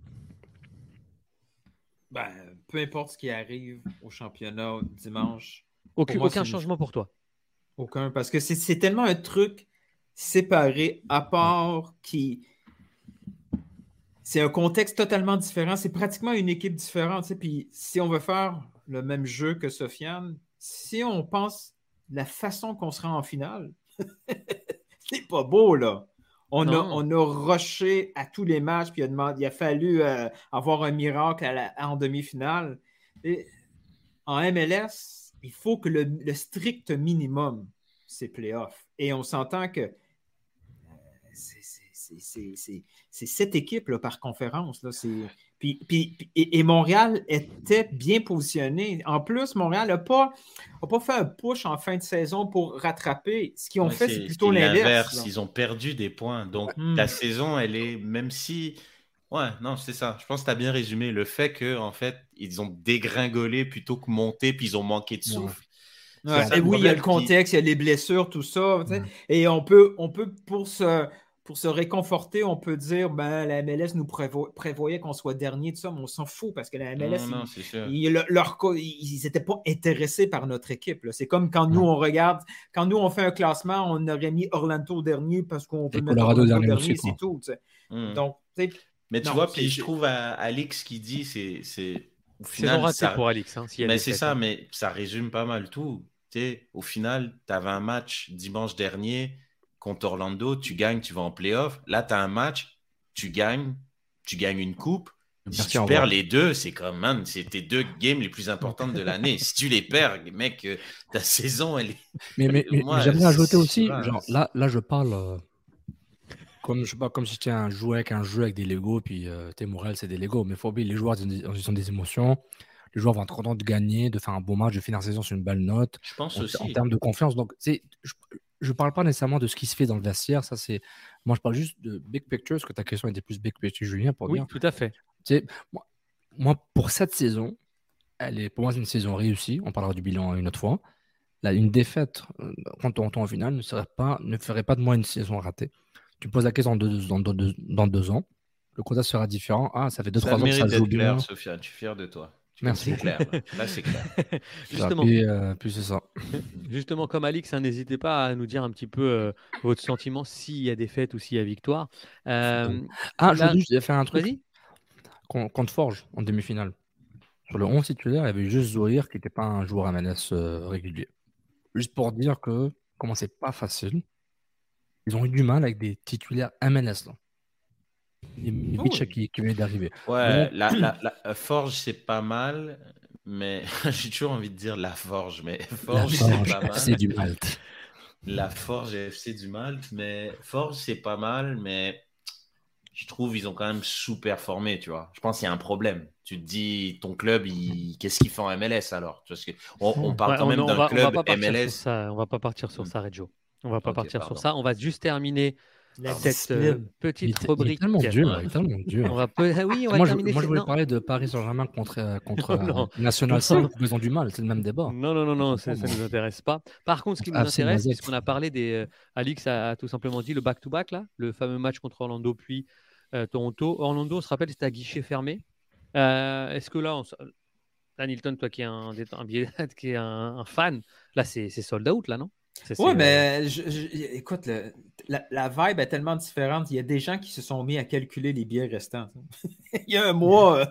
Ben, peu importe ce qui arrive au championnat dimanche, aucun, moi, aucun c'est- changement pour toi. aucun. Parce que c'est tellement un truc séparé, à part qui. C'est un contexte totalement différent. C'est pratiquement une équipe différente. Tu sais. Puis si on veut faire le même jeu que Sofiane, si on pense la façon qu'on sera en finale, c'est pas beau, là. On a rushé à tous les matchs, puis il a fallu avoir un miracle en demi-finale. Et en MLS, il faut que le strict minimum, c'est playoff. Et on s'entend que c'est 7 équipes là, par conférence. Là, et Montréal était bien positionné. En plus, Montréal n'a pas fait un push en fin de saison pour rattraper. Ce qu'ils ont fait, c'est plutôt l'inverse. Ils ont perdu des points. Donc, ta saison, elle est, même si Ouais, non, c'est ça. Je pense que tu as bien résumé. Le fait qu'en fait, ils ont dégringolé plutôt que monté, puis ils ont manqué de souffle. Ouais. C'est ça Et le oui, il y a problème. le contexte, il y a les blessures, tout ça. Tu sais. Ouais. Et on peut pour se réconforter, on peut dire ben, la MLS nous prévoyait qu'on soit dernier, tout ça, mais on s'en fout parce que la MLS, Non, c'est sûr. ils n'étaient pas intéressés par notre équipe. Là. C'est comme quand nous, Ouais. on regarde, quand nous, on fait un classement, on aurait mis Orlando dernier parce qu'on veut Et mettre Colorado Orlando dernier dernier, aussi, quoi. c'est tout. Tu sais. Mm. Donc, tu sais, Mais tu non, vois, c'est- puis je c'est- trouve à Alix ce qu'il dit, c'est au Saison final, ratée ça, pour Alix, hein, s'il y a mais des c'est fêtes, ça, hein. mais ça résume pas mal tout. Tu sais, au final, tu avais un match dimanche dernier contre Orlando, tu gagnes, tu vas en playoff. Là, tu as un match, tu gagnes une coupe. Si Merci, tu au perds revoir. les deux, c'est comme, man, c'est tes 2 games les plus importantes de l'année. Si tu les perds, mec, ta saison, elle est. Mais Moi, j'aimerais ajouter je sais aussi, pas. genre, là, je parle comme, je sais pas, comme si c'était un jeu avec des Lego, puis Morel, c'est des Lego. Mais il faut oublier, les joueurs, ils ont des émotions. Les joueurs vont être contents de gagner, de faire un beau match, de finir la saison sur une belle note, Je pense en aussi. termes de confiance. Donc, je ne parle pas nécessairement de ce qui se fait dans le vestiaire. Ça, moi, je parle juste de big picture, parce que ta question était plus big picture, Julien, pour Oui, dire. tout à fait. Tu sais, moi, pour cette saison, pour moi, c'est une saison réussie. On parlera du bilan une autre fois. Là, une défaite contre Toronto en finale ne ferait pas de moi une saison ratée. Tu me poses la question dans 2 ans, le quota sera différent. Ah, ça fait 2-3 Ça ans que ça mérite joue d'être bien. clair, Sofiane. Je suis fier de toi. Merci. C'est clair. Là, c'est clair. Justement, Puis c'est ça. justement, comme Alix, hein, n'hésitez pas à nous dire un petit peu votre sentiment s'il y a défaite ou s'il y a victoire. Je là- voulais juste faire un truc Vas-y. contre Forge en demi-finale. Sur le 11 titulaire, il y avait juste Zohir qui n'était pas un joueur MLS régulier. Juste pour dire que, comment c'est pas facile, ils ont eu du mal avec des titulaires MLS. Là. Et Mitch qui venait d'arriver. Ouais, Donc, la Forge, c'est pas mal, mais j'ai toujours envie de dire la Forge, mais la Forge, c'est Forge, pas mal. c'est du Malte. La Forge FC du Malte, mais Forge, c'est pas mal, mais je trouve ils ont quand même sous-performé, tu vois. Je pense qu'il y a un problème. Tu te dis, ton club, qu'est-ce qu'il fait en MLS alors? Parce que on parle Ouais, quand même on d'un va club pas partir MLS. sur ça. On va pas partir sur ça, Reggio. On va pas Ok, partir pardon. sur ça. On va juste terminer la cette discipline. petite Il est rubrique. tellement dur. Il est tellement dur. On va oui, on va Moi, terminer. je voulais Non. parler de Paris Saint-Germain contre Non. National 5. Ils ont du mal, c'est le même débat. Non, ça ne nous intéresse pas. Par contre, ce qui nous FC intéresse, Mazet. puisqu'on a parlé des. Alix a tout simplement dit le back-to-back, là, le fameux match contre Orlando puis Toronto. Orlando, on se rappelle, c'était à guichet fermé. Est-ce que là, Hamilton, toi qui es un fan, là, c'est sold out, là, non? Oui, mais écoute, la vibe est tellement différente. Il y a des gens qui se sont mis à calculer les billets restants. Il y a un mois,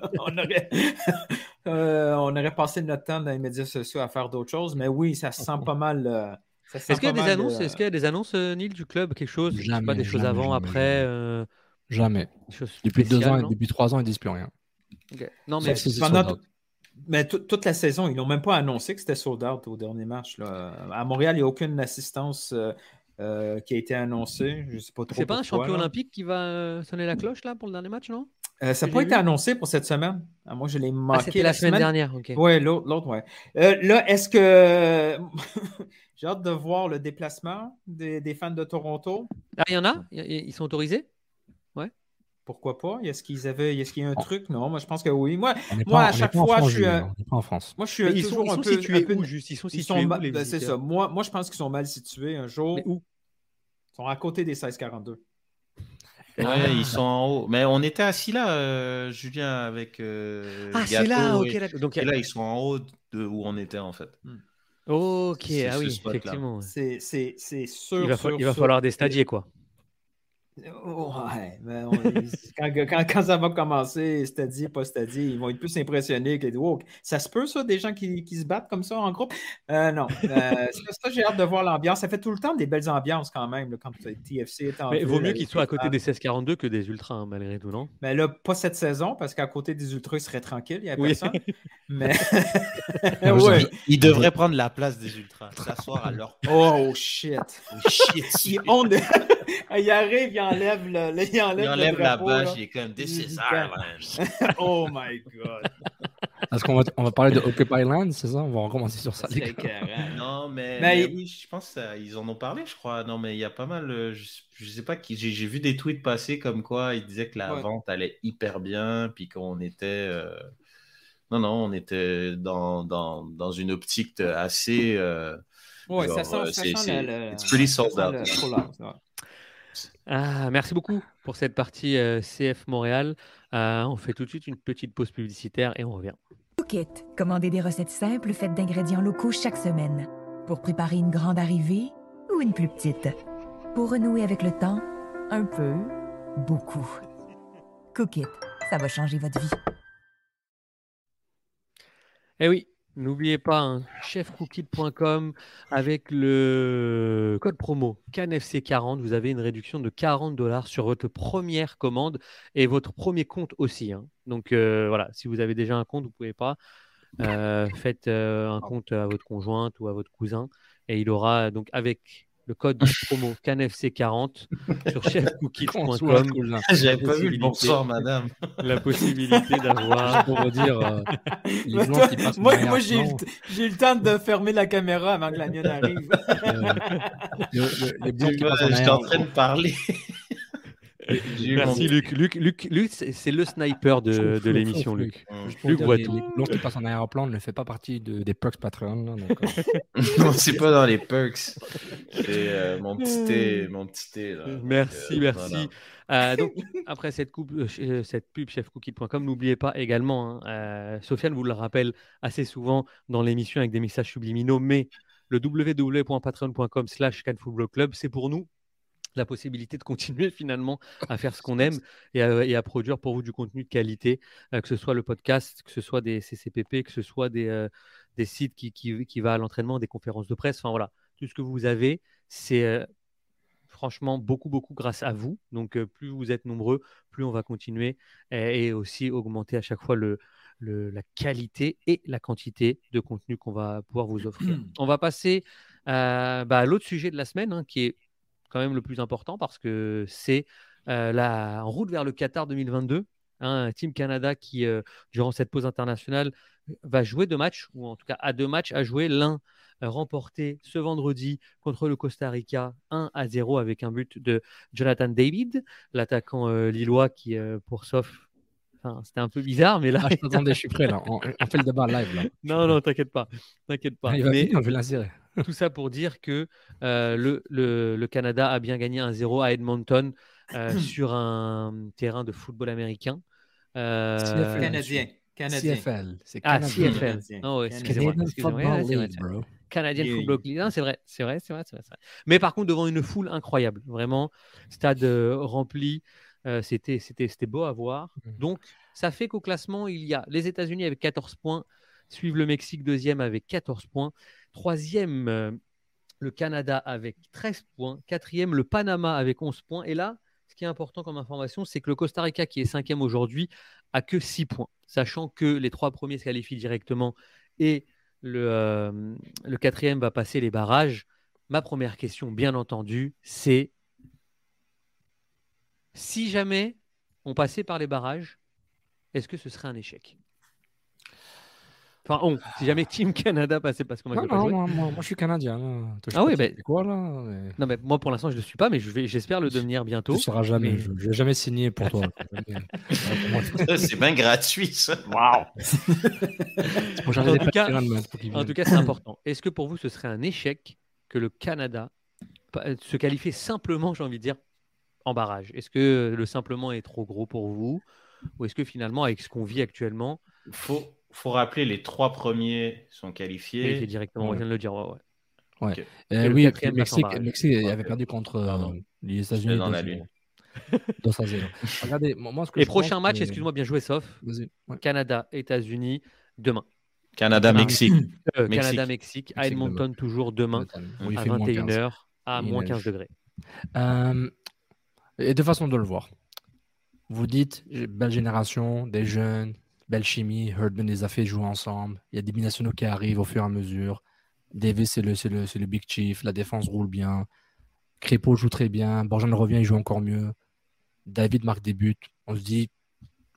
on aurait passé notre temps dans les médias sociaux à faire d'autres choses, mais oui, ça se sent pas mal. Est-ce qu'il y a des annonces, Neil, du club, quelque chose? Je sais pas, Jamais, des choses jamais, avant, jamais, après Jamais. des choses Depuis 2 spéciales, ans et non? depuis 3 ans, ils disent plus rien. Ok. Non, Sauf mais si c'est pendant sold out. Mais toute la saison, ils n'ont même pas annoncé que c'était sold out au dernier match. Là. À Montréal, il n'y a aucune assistance qui a été annoncée. Je ne sais pas trop. c'est pas un pourquoi, champion là. olympique qui va sonner la cloche là pour le dernier match, non? Ça n'a j'ai pas été vu? annoncé pour cette semaine. Moi, je l'ai manqué. C'était la semaine dernière, ok. Oui, l'autre, ouais. Là, est-ce que. J'ai hâte de voir le déplacement des fans de Toronto. Ah, il y en a? Ils sont autorisés? Pourquoi pas? Est-ce qu'il y a un truc? Non, moi, je pense que oui. Moi, On à n'est chaque pas en fois, France, je suis. Julien, on n'est pas en France. Moi, je suis Mais ils toujours sont un peu. situés un peu- où, juste? Ils sont Ils situés sont où, les c'est ça. visiteurs? Moi, je pense qu'ils sont mal situés un jour. Mais où? Ils sont à côté des 1642. Ouais, ils sont en haut. Mais on était assis là, Julien, avec Ah, c'est Gâteau là, ok, et, d'accord. Donc, et là, ils sont en haut de où on était en fait. ok, C'est ah ce oui, spot-là. effectivement. Ouais. C'est sûr. Il va falloir des stadiers, quoi. Ouais, mais quand ça va commencer, stadier, pas stadier, ils vont être plus impressionnés que wow, ça se peut, ça, des gens qui se battent comme ça en groupe? Non. Ça, j'ai hâte de voir l'ambiance. Ça fait tout le temps des belles ambiances quand même, là, quand TFC est en Mais ville vaut mieux avec qu'ils soient à côté fans. des 1642 que des ultras, hein, malgré tout, non? Mais là, pas cette saison, parce qu'à côté des Ultras, ils seraient tranquilles, il n'y a Oui. personne. Mais Ouais. Ils devraient prendre la place des ultras, s'asseoir à leur oh shit. shit. Il arrive, il enlève Il enlève le la drapeau, bâche, là. il est comme This Il is dit, Ireland. Oh my God. Est-ce qu'on va parler de Occupy Land, c'est ça? On va recommencer sur ça. C'est écœurant. Non, mais Mais- oui, je pense qu'ils en ont parlé, je crois. Non, mais il y a pas mal. Je sais pas qui. J'ai vu des tweets passer comme quoi ils disaient que la Ouais. vente allait hyper bien, puis qu'on était. Non, on était dans une optique assez. Ouais, genre, ça sent it's pretty sold ça out. sent le pull-out, ouais. Merci beaucoup pour cette partie CF Montréal. On fait tout de suite une petite pause publicitaire et on revient. Cookit, commandez des recettes simples faites d'ingrédients locaux chaque semaine. Pour préparer une grande arrivée ou une plus petite. Pour renouer avec le temps, un peu, beaucoup. Cookit, ça va changer votre vie. Eh oui, n'oubliez pas, hein, chefcookit.com avec le code promo CanFC40, vous avez une réduction de $40 sur votre première commande et votre premier compte aussi, hein. Donc voilà, si vous avez déjà un compte, vous ne pouvez pas. Faites un compte à votre conjointe ou à votre cousin et il aura donc avec le code promo CanFC40 sur chefcookit.com J'avais pas vu le bonsoir, madame. la possibilité d'avoir Pour vous dire, les Mais blancs toi, qui passent en moi, arrière-plan, j'ai eu le temps de fermer la caméra avant que la mienne arrive. les blancs qui passent en J'étais en arrière-plan. train de parler. J'ai eu Merci mon- Luc, c'est le sniper de l'émission, Luc. Juste pour Luc dire, voit les tout. blancs qui passent en arrière-plan ne fait pas partie des perks Patreon. Là, donc, Non, c'est pas dans les perks. C'est mon petit thé. Là. Merci, Donc, merci. Donc, après cette pub chefcookit.com, n'oubliez pas également, hein, Sofiane vous le rappelle assez souvent dans l'émission avec des messages subliminaux, mais le www.patreon.com/canfootballclub, c'est pour nous la possibilité de continuer finalement à faire ce qu'on aime et à produire pour vous du contenu de qualité, que ce soit le podcast, que ce soit des CCPP, que ce soit des sites qui va à l'entraînement, des conférences de presse, enfin voilà, tout ce que vous avez, c'est franchement beaucoup grâce à vous. Donc plus vous êtes nombreux, plus on va continuer et aussi augmenter à chaque fois la qualité et la quantité de contenu qu'on va pouvoir vous offrir. On va passer à l'autre sujet de la semaine, hein, qui est quand même le plus important parce que c'est en route vers le Qatar 2022. Hein, Team Canada qui, durant cette pause internationale, va jouer 2 matchs, ou en tout cas a 2 matchs à jouer. L'un remporté ce vendredi contre le Costa Rica 1-0 avec un but de Jonathan David, l'attaquant lillois qui, pour Sof, c'était un peu bizarre, mais là... je t'attendais, je suis prêt là. On fait le débat live là. Non, t'inquiète pas. Il va Mais finir, je vais l'insérer. tout ça pour dire que le Canada a bien gagné 1-0 à Edmonton sur un terrain de football américain. Canadien. CFL, c'est Ah, Canadien. CFL. Oh, ouais, excusez-moi. Canadian Football C'est vrai, League, bro. Canadian Yeah, Football League. Non, c'est vrai. Mais par contre, devant une foule incroyable. Vraiment, stade rempli. C'était beau à voir. Donc, ça fait qu'au classement, il y a les États-Unis avec 14 points, suivent le Mexique deuxième avec 14 points, troisième le Canada avec 13 points, quatrième le Panama avec 11 points. Et là, ce qui est important comme information, c'est que le Costa Rica, qui est cinquième aujourd'hui, a que 6 points, sachant que les 3 premiers se qualifient directement et le quatrième va passer les barrages. Ma première question, bien entendu, c'est si jamais on passait par les barrages, est-ce que ce serait un échec? Enfin, si jamais Team Canada passait, parce que moi, je vais pas jouer. Moi, je suis Canadien. Ah oui, mais... quoi là mais... Non, mais moi, pour l'instant, je ne le suis pas, mais j'espère le devenir bientôt. Tu ne seras jamais. Mais... Je ne vais jamais signer pour toi. C'est bien gratuit, ça. Waouh. En tout cas, c'est important. Est-ce que pour vous, ce serait un échec que le Canada se qualifie simplement, j'ai envie de dire, en barrage? Est-ce que le simplement est trop gros pour vous? Ou est-ce que finalement, avec ce qu'on vit actuellement... Faut rappeler, les 3 premiers sont qualifiés. Oui, directement, on vient de le dire. Ouais. Okay. Oui, le Mexique avait perdu contre les États-Unis dans la lune. 2-0. Regardez, moi, et prochain match, excuse-moi, bien joué, Sof. Ouais. Canada, États-Unis, demain. Canada-Mexique. Canada-Mexique, à Edmonton, demain. Toujours demain, à 21h, à moins 15 degrés. Et deux façons de le voir. Vous dites, belle génération, des jeunes, belle chimie, Herdman les a fait jouer ensemble, il y a des binationaux qui arrivent au fur et à mesure, Davis c'est le big chief, la défense roule bien, Crépeau joue très bien, Borjan revient, il joue encore mieux, David marque des buts, on se dit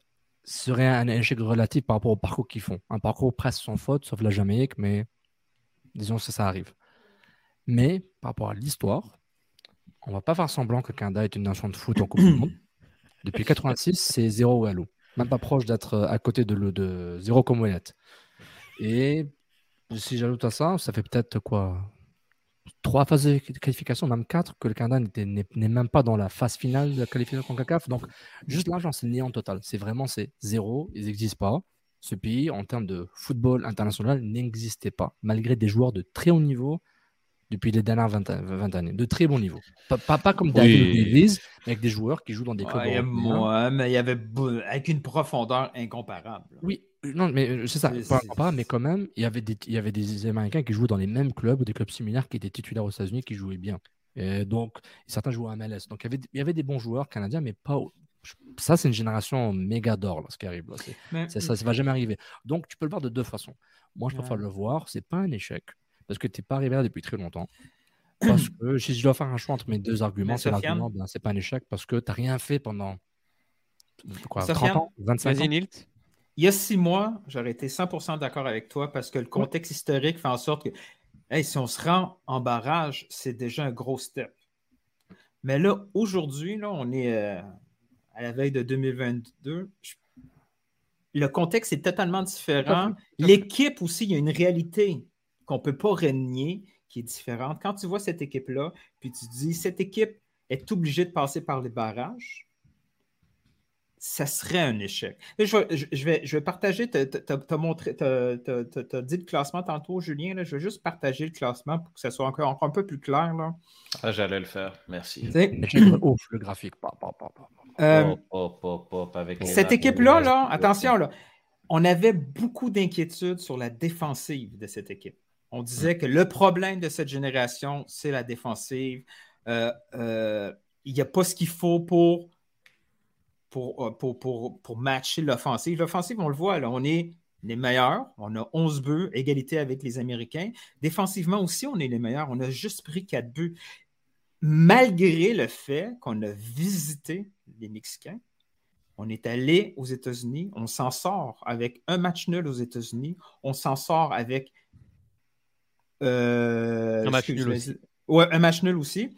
serait un échec relatif par rapport au parcours qu'ils font. Un parcours presque sans faute, sauf la Jamaïque, mais disons que ça arrive. Mais par rapport à l'histoire, on ne va pas faire semblant que le Canada est une nation de foot en Coupe du Monde. Depuis 86, c'est 0 Wallo. Même pas proche d'être à côté de 0 Commonwealth. Et si j'ajoute à ça, ça fait peut-être quoi 3 phases de qualification, même 4, que le Canada n'est même pas dans la phase finale de la qualification CONCACAF. Donc, juste l'argent, c'est le néant total. C'est 0. Ils n'existent pas. Ce pays, en termes de football international, n'existait pas, malgré des joueurs de très haut niveau depuis les dernières 20 années. De très bon niveau. Pas comme David Davies, mais avec des joueurs qui jouent dans des clubs européens. Mais il y avait avec une profondeur incomparable. Oui, non, mais c'est ça, pas incomparable, mais quand même, il y avait des Américains qui jouaient dans les mêmes clubs, ou des clubs similaires qui étaient titulaires aux États-Unis, qui jouaient bien. Et donc, certains jouaient à MLS. Donc, il y avait des bons joueurs canadiens, mais pas. Ça, c'est une génération méga d'or, là, ce qui arrive. Là. Ça ne va jamais arriver. Donc, tu peux le voir de 2 façons. Moi, je préfère le voir, c'est pas un échec, parce que tu n'es pas arrivé là depuis très longtemps. Parce que si je dois faire un choix entre mes 2 arguments, c'est l'argument, c'est pas un échec, parce que tu n'as rien fait pendant 30 ans, 25 ans. Nilt. Il y a 6 mois, j'aurais été 100% d'accord avec toi parce que le contexte historique fait en sorte que si on se rend en barrage, c'est déjà un gros step. Mais là, aujourd'hui, là, on est à la veille de 2022. Le contexte est totalement différent. L'équipe aussi, il y a une réalité qu'on ne peut pas renier qui est différente. Quand tu vois cette équipe-là, puis tu dis, cette équipe est obligée de passer par les barrages, ça serait un échec. Là, je vais partager, tu as dit le classement tantôt, Julien, là, je vais juste partager le classement pour que ça soit encore un peu plus clair. Là. Ah, j'allais le faire, merci. Le graphique. Avec cette équipe-là, là, attention, là, on avait beaucoup d'inquiétudes sur la défensive de cette équipe. On disait que le problème de cette génération, c'est la défensive. Il n'y a pas ce qu'il faut pour matcher l'offensive. L'offensive, on le voit, là, on est les meilleurs. On a 11 buts, égalité avec les Américains. Défensivement aussi, on est les meilleurs. On a juste pris 4 buts. Malgré le fait qu'on a visité les Mexicains, on est allé aux États-Unis, on s'en sort avec un match nul aux États-Unis, on s'en sort avec un match nul aussi. Ouais, un match nul aussi.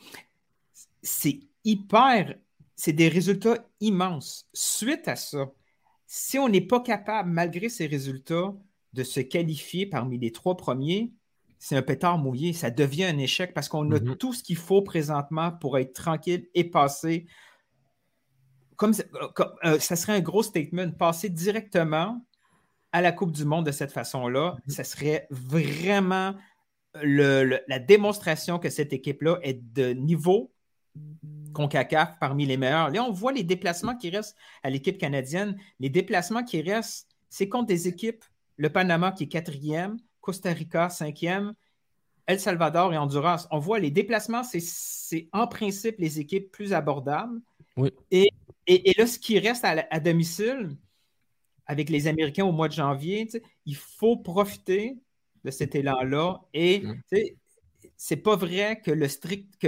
C'est des résultats immenses. Suite à ça, si on n'est pas capable, malgré ces résultats, de se qualifier parmi les 3 premiers, c'est un pétard mouillé. Ça devient un échec parce qu'on a tout ce qu'il faut présentement pour être tranquille et passer. Ça serait un gros statement. Passer directement à la Coupe du Monde de cette façon-là, ça serait vraiment la démonstration que cette équipe-là est de niveau CONCACAF parmi les meilleurs. Là, on voit les déplacements qui restent à l'équipe canadienne. Les déplacements qui restent, c'est contre des équipes, le Panama qui est 4e, Costa Rica 5e, El Salvador et Honduras. On voit les déplacements, c'est en principe les équipes plus abordables. Oui. Et là, ce qui reste à domicile, avec les Américains au mois de janvier, il faut profiter de cet élan-là. Et c'est pas vrai que la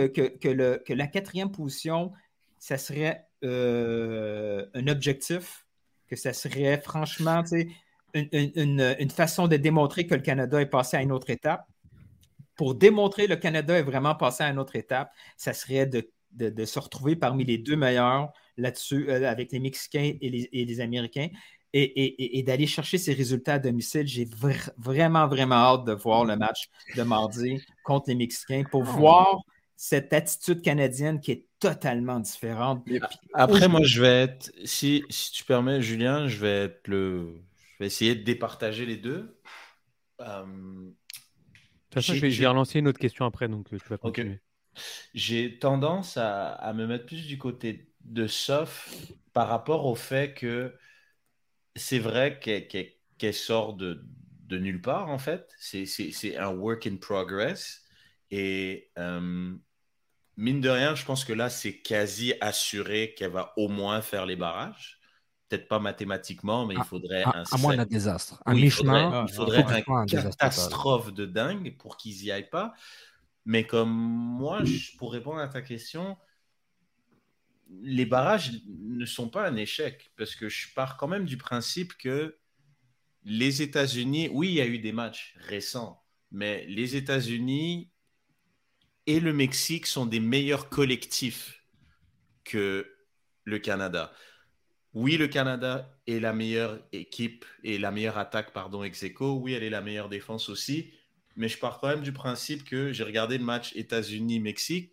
4e position, ça serait un objectif, que ça serait franchement une façon de démontrer que le Canada est passé à une autre étape. Pour démontrer que le Canada est vraiment passé à une autre étape, ça serait de se retrouver parmi les 2 meilleurs là-dessus, avec les Mexicains et les Américains. Et d'aller chercher ces résultats à domicile. J'ai vraiment, vraiment hâte de voir le match de mardi contre les Mexicains pour voir cette attitude canadienne qui est totalement différente. Après, moi, je vais être, si tu permets, Julien, je vais essayer de départager les deux. De toute façon, je vais relancer une autre question après, donc tu vas continuer. Okay. J'ai tendance à me mettre plus du côté de Sof par rapport au fait que c'est vrai qu'elle sort de nulle part, en fait. C'est un work in progress. Et mine de rien, je pense que là, c'est quasi assuré qu'elle va au moins faire les barrages. Peut-être pas mathématiquement, mais il faudrait à moins d'un désastre. Un mi-chemin. Il faudrait une catastrophe de dingue pour qu'ils n'y aillent pas. Mais comme moi, pour répondre à ta question, les barrages ne sont pas un échec parce que je pars quand même du principe que les États-Unis, oui, il y a eu des matchs récents, mais les États-Unis et le Mexique sont des meilleurs collectifs que le Canada. Oui, le Canada est la meilleure équipe et la meilleure attaque, pardon, ex-aequo. Oui, elle est la meilleure défense aussi. Mais je pars quand même du principe que j'ai regardé le match États-Unis-Mexique.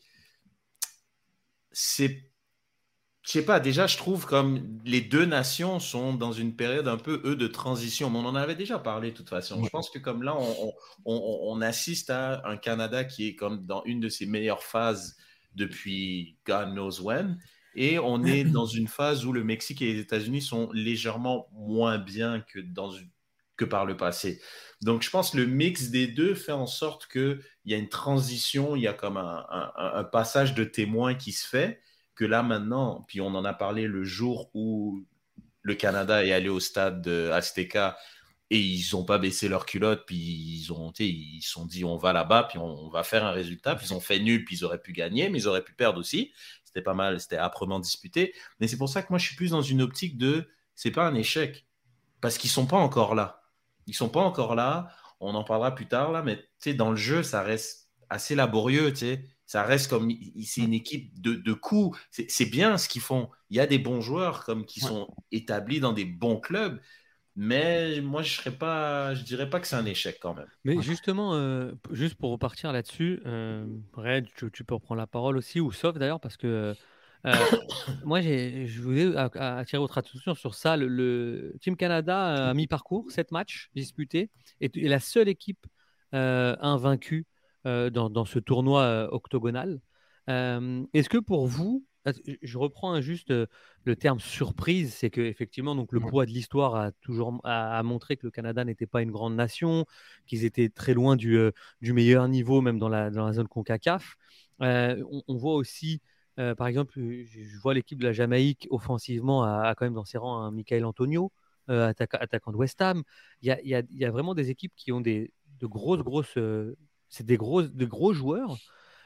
Je sais pas, déjà, je trouve comme les deux nations sont dans une période un peu, eux, de transition. Mais on en avait déjà parlé de toute façon. Je pense que comme là, on assiste à un Canada qui est comme dans une de ses meilleures phases depuis God knows when. Et on est dans une phase où le Mexique et les États-Unis sont légèrement moins bien que par le passé. Donc, je pense que le mix des deux fait en sorte qu'il y a une transition, il y a comme un passage de témoin qui se fait, que là maintenant, puis on en a parlé le jour où le Canada est allé au stade de Azteca et ils n'ont pas baissé leur culotte, puis ils se sont dit on va là-bas, puis on va faire un résultat, puis ils ont fait nul, puis ils auraient pu gagner, mais ils auraient pu perdre aussi. C'était pas mal, c'était âprement disputé. Mais c'est pour ça que moi, je suis plus dans une optique de c'est pas un échec, parce qu'ils sont pas encore là. Ils sont pas encore là, on en parlera plus tard, là, mais dans le jeu, ça reste assez laborieux, ça reste comme c'est une équipe de coups. C'est bien ce qu'ils font. Il y a des bons joueurs qui sont établis dans des bons clubs, mais moi, je dirais pas que c'est un échec quand même. Mais justement, juste pour repartir là-dessus, Red, tu peux reprendre la parole aussi, ou Sauf d'ailleurs, parce que moi, je voulais attirer votre attention sur ça. Le Team Canada a mi-parcours, 7 matchs disputés, et est la seule équipe invaincue dans ce tournoi octogonal. Est-ce que pour vous, je reprends juste le terme surprise, c'est qu'effectivement, donc le poids de l'histoire a montré que le Canada n'était pas une grande nation, qu'ils étaient très loin du meilleur niveau, même dans la zone CONCACAF. On voit aussi, par exemple, je vois l'équipe de la Jamaïque offensivement a quand même dans ses rangs un Michael Antonio, attaquant de West Ham. Il y a vraiment des équipes qui ont de grosses, c'est de gros joueurs.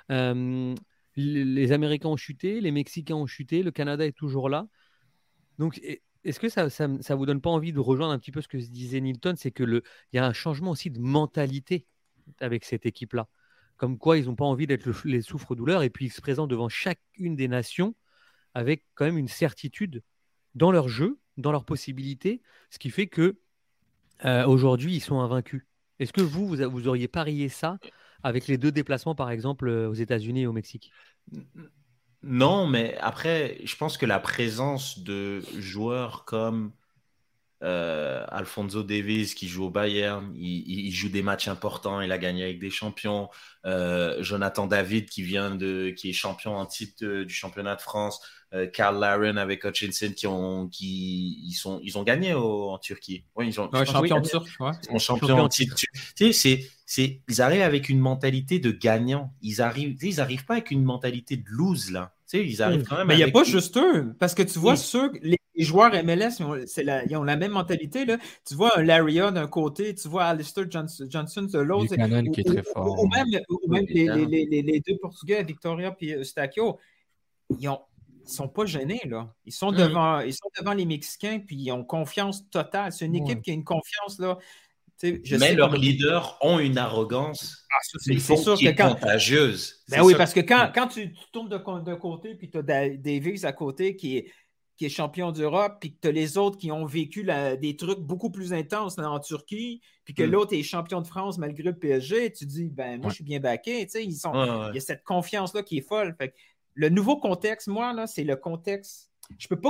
Les Américains ont chuté, les Mexicains ont chuté, le Canada est toujours là. Donc, est-ce que ça vous donne pas envie de rejoindre un petit peu ce que disait Nilton, c'est que il y a un changement aussi de mentalité avec cette équipe-là. Comme quoi, ils n'ont pas envie d'être les souffre-douleurs et puis ils se présentent devant chacune des nations avec quand même une certitude dans leur jeu, dans leurs possibilités, ce qui fait que aujourd'hui, ils sont invaincus. Est-ce que vous auriez parié ça avec les 2 déplacements, par exemple, aux États-Unis et au Mexique? Non, mais après, je pense que la présence de joueurs comme Alphonso Davies qui joue au Bayern, il joue des matchs importants, il a gagné avec des champions. Jonathan David qui est champion en titre du championnat de France. Karl Laren avec Hutchinson ils ont gagné en Turquie. Oui, ils ont champion turc. Ils sont champions en titre. Tu sais, ils arrivent avec une mentalité de gagnant. Ils arrivent pas avec une mentalité de lose là. Tu sais, ils arrivent quand même. Mais il n'y a pas juste eux, parce que tu vois ceux les joueurs MLS, ils ont la même mentalité. Là. Tu vois un Laria d'un côté, tu vois Alistair Johnson de l'autre. Buchanan qui est très fort. Ou même les 2 Portugais, Victoria et Eustáquio, ils sont pas gênés. Là. Ils sont devant les Mexicains, puis ils ont confiance totale. C'est une équipe qui a une confiance. Là. Mais leurs leaders ont une arrogance c'est sûr qui est contagieuse. Ben oui, parce que quand tu tournes de côté, puis tu as Davies à côté qui est champion d'Europe, puis que tu as les autres qui ont vécu des trucs beaucoup plus intenses en Turquie, puis que l'autre est champion de France malgré le PSG, tu dis, ben moi, je suis bien backé. Il y a cette confiance-là qui est folle. Fait que le nouveau contexte, moi, là, c'est le contexte. Je peux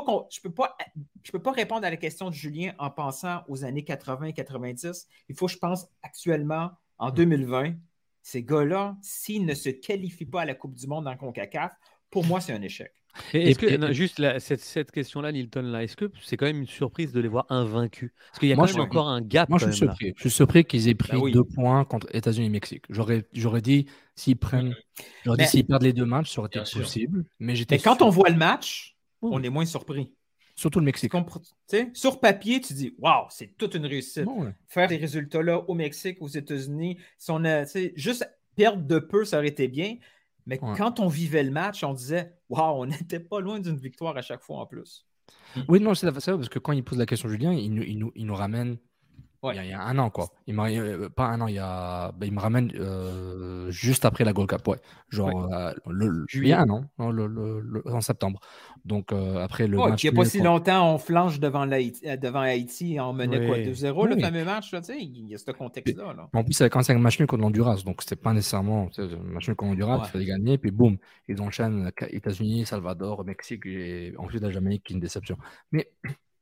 pas répondre à la question de Julien en pensant aux années 80-90. Il faut que je pense actuellement, en 2020, ces gars-là, s'ils ne se qualifient pas à la Coupe du Monde dans CONCACAF, pour moi, c'est un échec. Juste cette question-là, Nilton, là, est-ce que c'est quand même une surprise de les voir invaincus? Parce qu'il y a quand même encore un gap. Moi, je suis surpris. Je suis surpris qu'ils aient pris 2 points contre États-Unis et Mexique. J'aurais dit, s'ils perdent les 2 matchs, ça aurait été possible. Mais quand on voit le match, on est moins surpris. Surtout le Mexique. Sur papier, tu dis, waouh, c'est toute une réussite. Faire des résultats-là au Mexique, aux États-Unis, juste perdre de peu, ça aurait été bien. Mais Ouais. quand on vivait le match, on disait « Wow, on n'était pas loin d'une victoire à chaque fois en plus. Oui, non, c'est ça, parce que quand il pose la question Julien, il nous ramène Ouais. il y a un an, quoi. Pas un an, il me ramène juste après la Gold Cup, ouais. Genre, il y a un an, hein, en septembre. Donc, après le match Puis il n'y a pas nul si contre- longtemps, on flanche devant Haïti et on menait quoi, Oui. 2-0, le Oui. fameux match, là, tu sais, il y a ce contexte-là. Là. En plus, c'est quand c'est un match nul contre l'Honduras, donc c'était pas nécessairement un match nul contre l'Honduras, Ouais. il fallait gagner, puis boum, ils enchaînent États-Unis, Salvador, Mexique et ensuite la Jamaïque qui est une déception. Mais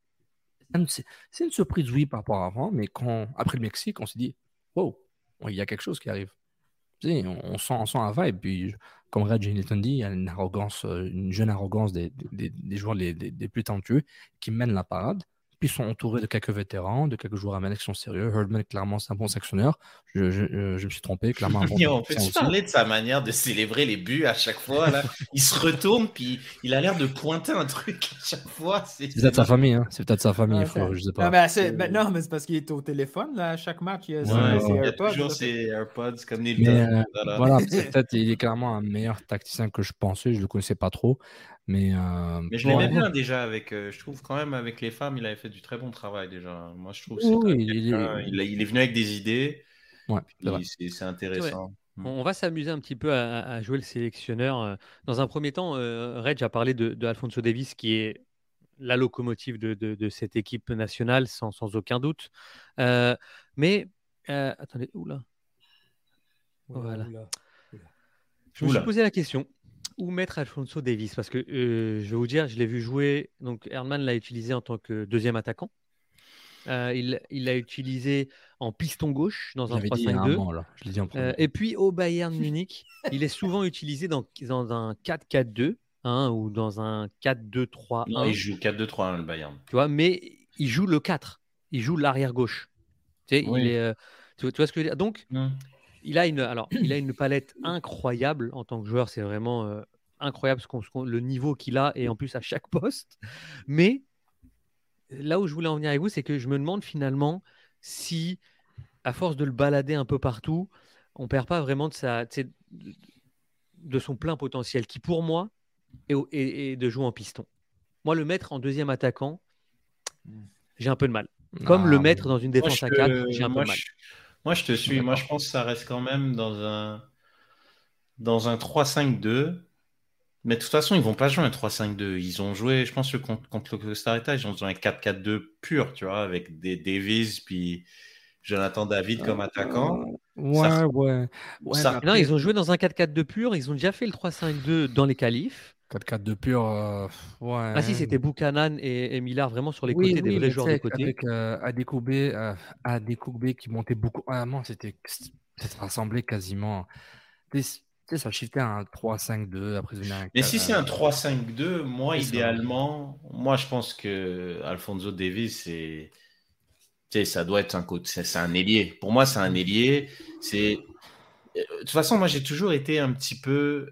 c'est une surprise, oui, par rapport à avant, mais après le Mexique, on s'est dit, wow, il y a quelque chose qui arrive. Tu sais, on sent un vibe, puis comme Red Nathan dit, il y a une arrogance, une jeune arrogance des joueurs les plus talentueux qui mènent la parade. Puis ils sont entourés de quelques vétérans, de quelques joueurs américains qui sont sérieux. Herdman, clairement, c'est un bon sectionneur. Je me suis trompé, clairement un bon On tacticien peut-tu aussi. parler de sa manière de célébrer les buts à chaque fois là? Il se retourne puis il a l'air de pointer un truc à chaque fois. C'est peut-être sa famille, hein. C'est peut-être sa famille, je sais pas. Non, mais c'est parce qu'il est au téléphone, là, à chaque match, il y a Ouais, ses Il y a AirPods. toujours là. ses AirPods comme Mais Nilton. voilà, peut-être il est clairement un meilleur tacticien que je pensais. Je le connaissais pas trop, mais Mais je l'aimais bien déjà avec. Je trouve quand même avec les femmes, il avait fait du très bon travail déjà. Moi, je trouve que c'est quand même quelqu'un. Il est venu avec des idées. Ouais, c'est vrai. C'est intéressant. On va s'amuser un petit peu à jouer le sélectionneur. Dans un premier temps, Reg a parlé de Alphonso Davies, qui est la locomotive de cette équipe nationale, sans aucun doute. Mais, attendez, oula. Voilà. Je me suis posé la question, où mettre Alphonso Davies? Parce que je vais vous dire, je l'ai vu jouer, donc Herdman l'a utilisé en tant que deuxième attaquant. Il l'a utilisé en piston gauche dans un J'avais dit il y a un 3-5-2. moment, là. Je l'ai dit en premier. Et puis au Bayern Munich, il est souvent utilisé dans un 4-4-2 ou dans un 4-2-3-1. Non, il joue 4-2-3-1 le Bayern. Tu vois, mais il joue le 4. Il joue l'arrière gauche. Tu sais, Oui. il est, tu vois ce que je veux dire? Donc, il a une palette incroyable en tant que joueur. C'est vraiment incroyable le niveau qu'il a et en plus à chaque poste. Mais là où je voulais en venir avec vous, c'est que je me demande finalement si, à force de le balader un peu partout, on ne perd pas vraiment de son plein potentiel, qui pour moi est de jouer en piston. Moi, le mettre en deuxième attaquant, j'ai un peu de mal. Comme le mettre dans une défense à 4, j'ai un peu de mal. Moi, je te suis. Moi, je pense que ça reste quand même dans un 3-5-2. Mais de toute façon, ils vont pas jouer un 3-5-2. Ils ont joué, je pense que contre le Costa Rica, ils ont joué un 4-4-2 pur, tu vois, avec des Davies puis Jonathan David comme attaquant. Ouais. Non, ils ont joué dans un 4-4-2 pur. Ils ont déjà fait le 3-5-2 dans les qualifs. 4-4-2 pur, ouais. Ah si, c'était Buchanan et Millard vraiment sur les côtés, des vrais joueurs de côté. Avec Adekugbe qui montait beaucoup. Vraiment, c'était rassemblé quasiment. Tu sais, ça shiftait à un 3-5-2, après venir un Mais si c'est un 3-5-2, moi, c'est ça. idéalement, moi, je pense que Alphonso Davies, tu sais, ça doit être c'est un ailier. Pour moi, c'est un ailier. De toute façon, moi, j'ai toujours été un petit peu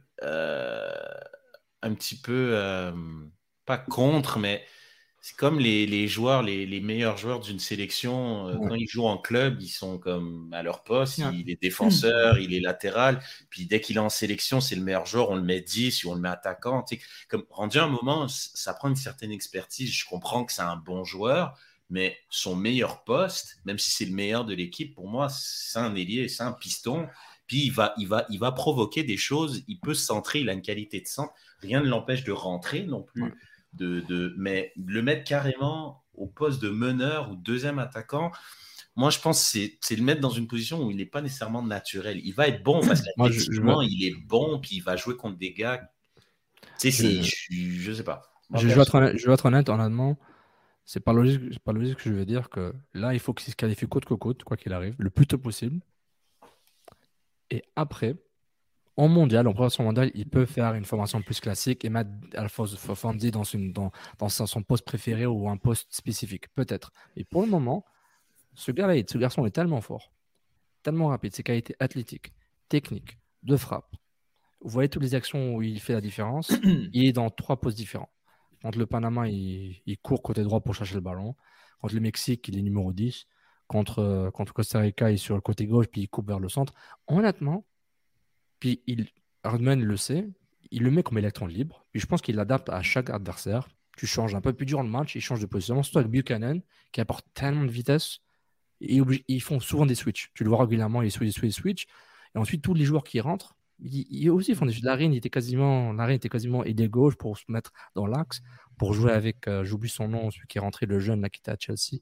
pas contre, mais c'est comme les joueurs, les meilleurs joueurs d'une sélection, quand ils jouent en club, ils sont comme à leur poste, il est défenseur, il est latéral, puis dès qu'il est en sélection, c'est le meilleur joueur, on le met 10 ou on le met attaquant. Tu sais, comme rendu un moment, ça prend une certaine expertise. Je comprends que c'est un bon joueur, mais son meilleur poste, même si c'est le meilleur de l'équipe, pour moi, c'est un ailier, c'est un piston. Puis il va provoquer des choses, il peut se centrer, il a une qualité de centre. Rien ne l'empêche de rentrer non plus. Ouais. Mais le mettre carrément au poste de meneur ou deuxième attaquant, moi je pense que c'est le mettre dans une position où il n'est pas nécessairement naturel. Il va être bon parce qu'effectivement il est bon, puis il va jouer contre des gars. Tu sais, je sais pas. Je vais être honnête, honnêtement, c'est pas logique que je vais dire que là il faut qu'il se qualifie coûte que coûte, quoi qu'il arrive, le plus tôt possible. Et après, en mondial, en préparation mondiale, il peut faire une formation plus classique et mettre Alphonso Fondi dans son poste préféré ou un poste spécifique, peut-être. Et pour le moment, ce garçon est tellement fort, tellement rapide, ses qualités athlétiques, techniques, de frappe. Vous voyez toutes les actions où il fait la différence. Il est dans 3 postes différents. Contre le Panama, il court côté droit pour chercher le ballon. Contre le Mexique, il est numéro 10. Contre Costa Rica, il est sur le côté gauche, puis il coupe vers le centre. Honnêtement, puis Hardman le sait, il le met comme électron libre, puis je pense qu'il l'adapte à chaque adversaire. Tu changes un peu plus dur le match, il change de position. Surtout avec Buchanan, qui apporte tellement de vitesse, et ils font souvent des switches. Tu le vois régulièrement, ils switch. Et ensuite, tous les joueurs qui rentrent, ils aussi font des switches. Larry était quasiment ailier gauche pour se mettre dans l'axe, pour jouer avec, j'oublie son nom, celui qui est rentré, le jeune là, qui était à Chelsea.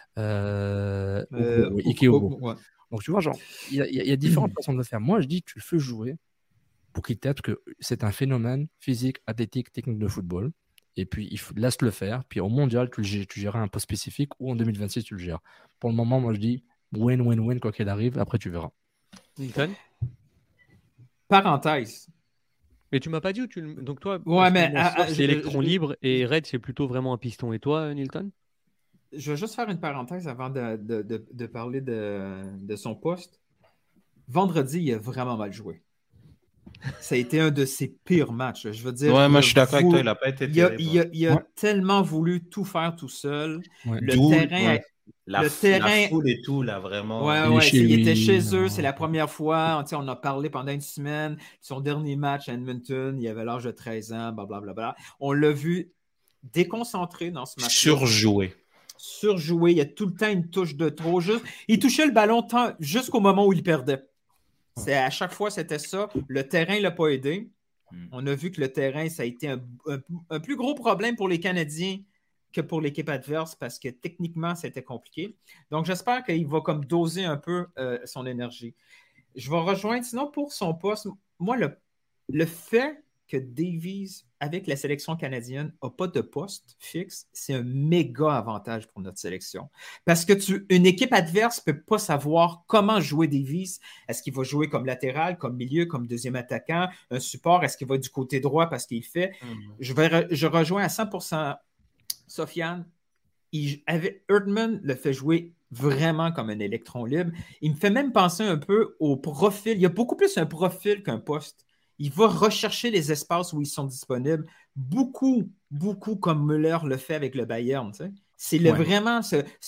Ike Ogo. Ouais. Donc tu vois, genre, il y a différentes façons de le faire. Moi, je dis que tu le fais jouer pour qu'il t'aide, parce que c'est un phénomène physique, athlétique, technique de football. Et puis, laisse le faire. Puis au mondial, tu géreras un poste spécifique, ou en 2026, tu le gères. Pour le moment, moi, je dis win-win-win, quoi qu'il arrive. Après, tu verras. Nilton? Parenthèse. Mais tu m'as pas dit où Donc toi, Ouais, mais c'est électron libre et Red, c'est plutôt vraiment un piston. Et toi, Nilton? Je vais juste faire une parenthèse avant de parler de son poste. Vendredi, il a vraiment mal joué. Ça a été un de ses pires matchs. Je veux dire, Ouais, moi je suis d'accord avec toi, il n'a pas été terrible. Il a tellement voulu tout faire tout seul. Ouais. Le D'où, terrain. ouais. La foule et tout, là, vraiment. Il était chez eux, c'est la première fois. On en a parlé pendant une semaine. Son dernier match à Edmonton, il avait l'âge de 13 ans, blablabla. On l'a vu déconcentré dans ce match. Surjoué. Il y a tout le temps une touche de trop. Il touchait le ballon jusqu'au moment où il perdait. À chaque fois, c'était ça. Le terrain ne l'a pas aidé. On a vu que le terrain, ça a été un plus gros problème pour les Canadiens que pour l'équipe adverse parce que techniquement, c'était compliqué. Donc, j'espère qu'il va comme doser un peu son énergie. Je vais rejoindre, sinon, pour son poste, moi, le fait que Davies, avec la sélection canadienne, n'a pas de poste fixe, c'est un méga avantage pour notre sélection. Parce que une équipe adverse ne peut pas savoir comment jouer Davies. Est-ce qu'il va jouer comme latéral, comme milieu, comme deuxième attaquant, un support? Est-ce qu'il va du côté droit parce qu'il fait? Je rejoins à 100% Sofiane. Erdman le fait jouer vraiment comme un électron libre. Il me fait même penser un peu au profil. Il y a beaucoup plus un profil qu'un poste. Il va rechercher les espaces où ils sont disponibles. Beaucoup comme Müller le fait avec le Bayern. Tu sais. C'est vraiment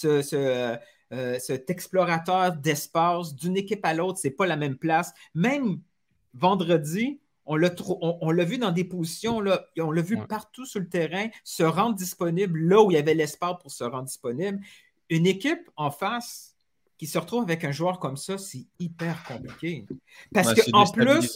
cet explorateur d'espace d'une équipe à l'autre. C'est pas la même place. Même vendredi, on l'a vu dans des positions, là, on l'a vu partout sur le terrain, se rendre disponible là où il y avait l'espace pour se rendre disponible. Une équipe en face qui se retrouve avec un joueur comme ça, c'est hyper compliqué. Parce qu'en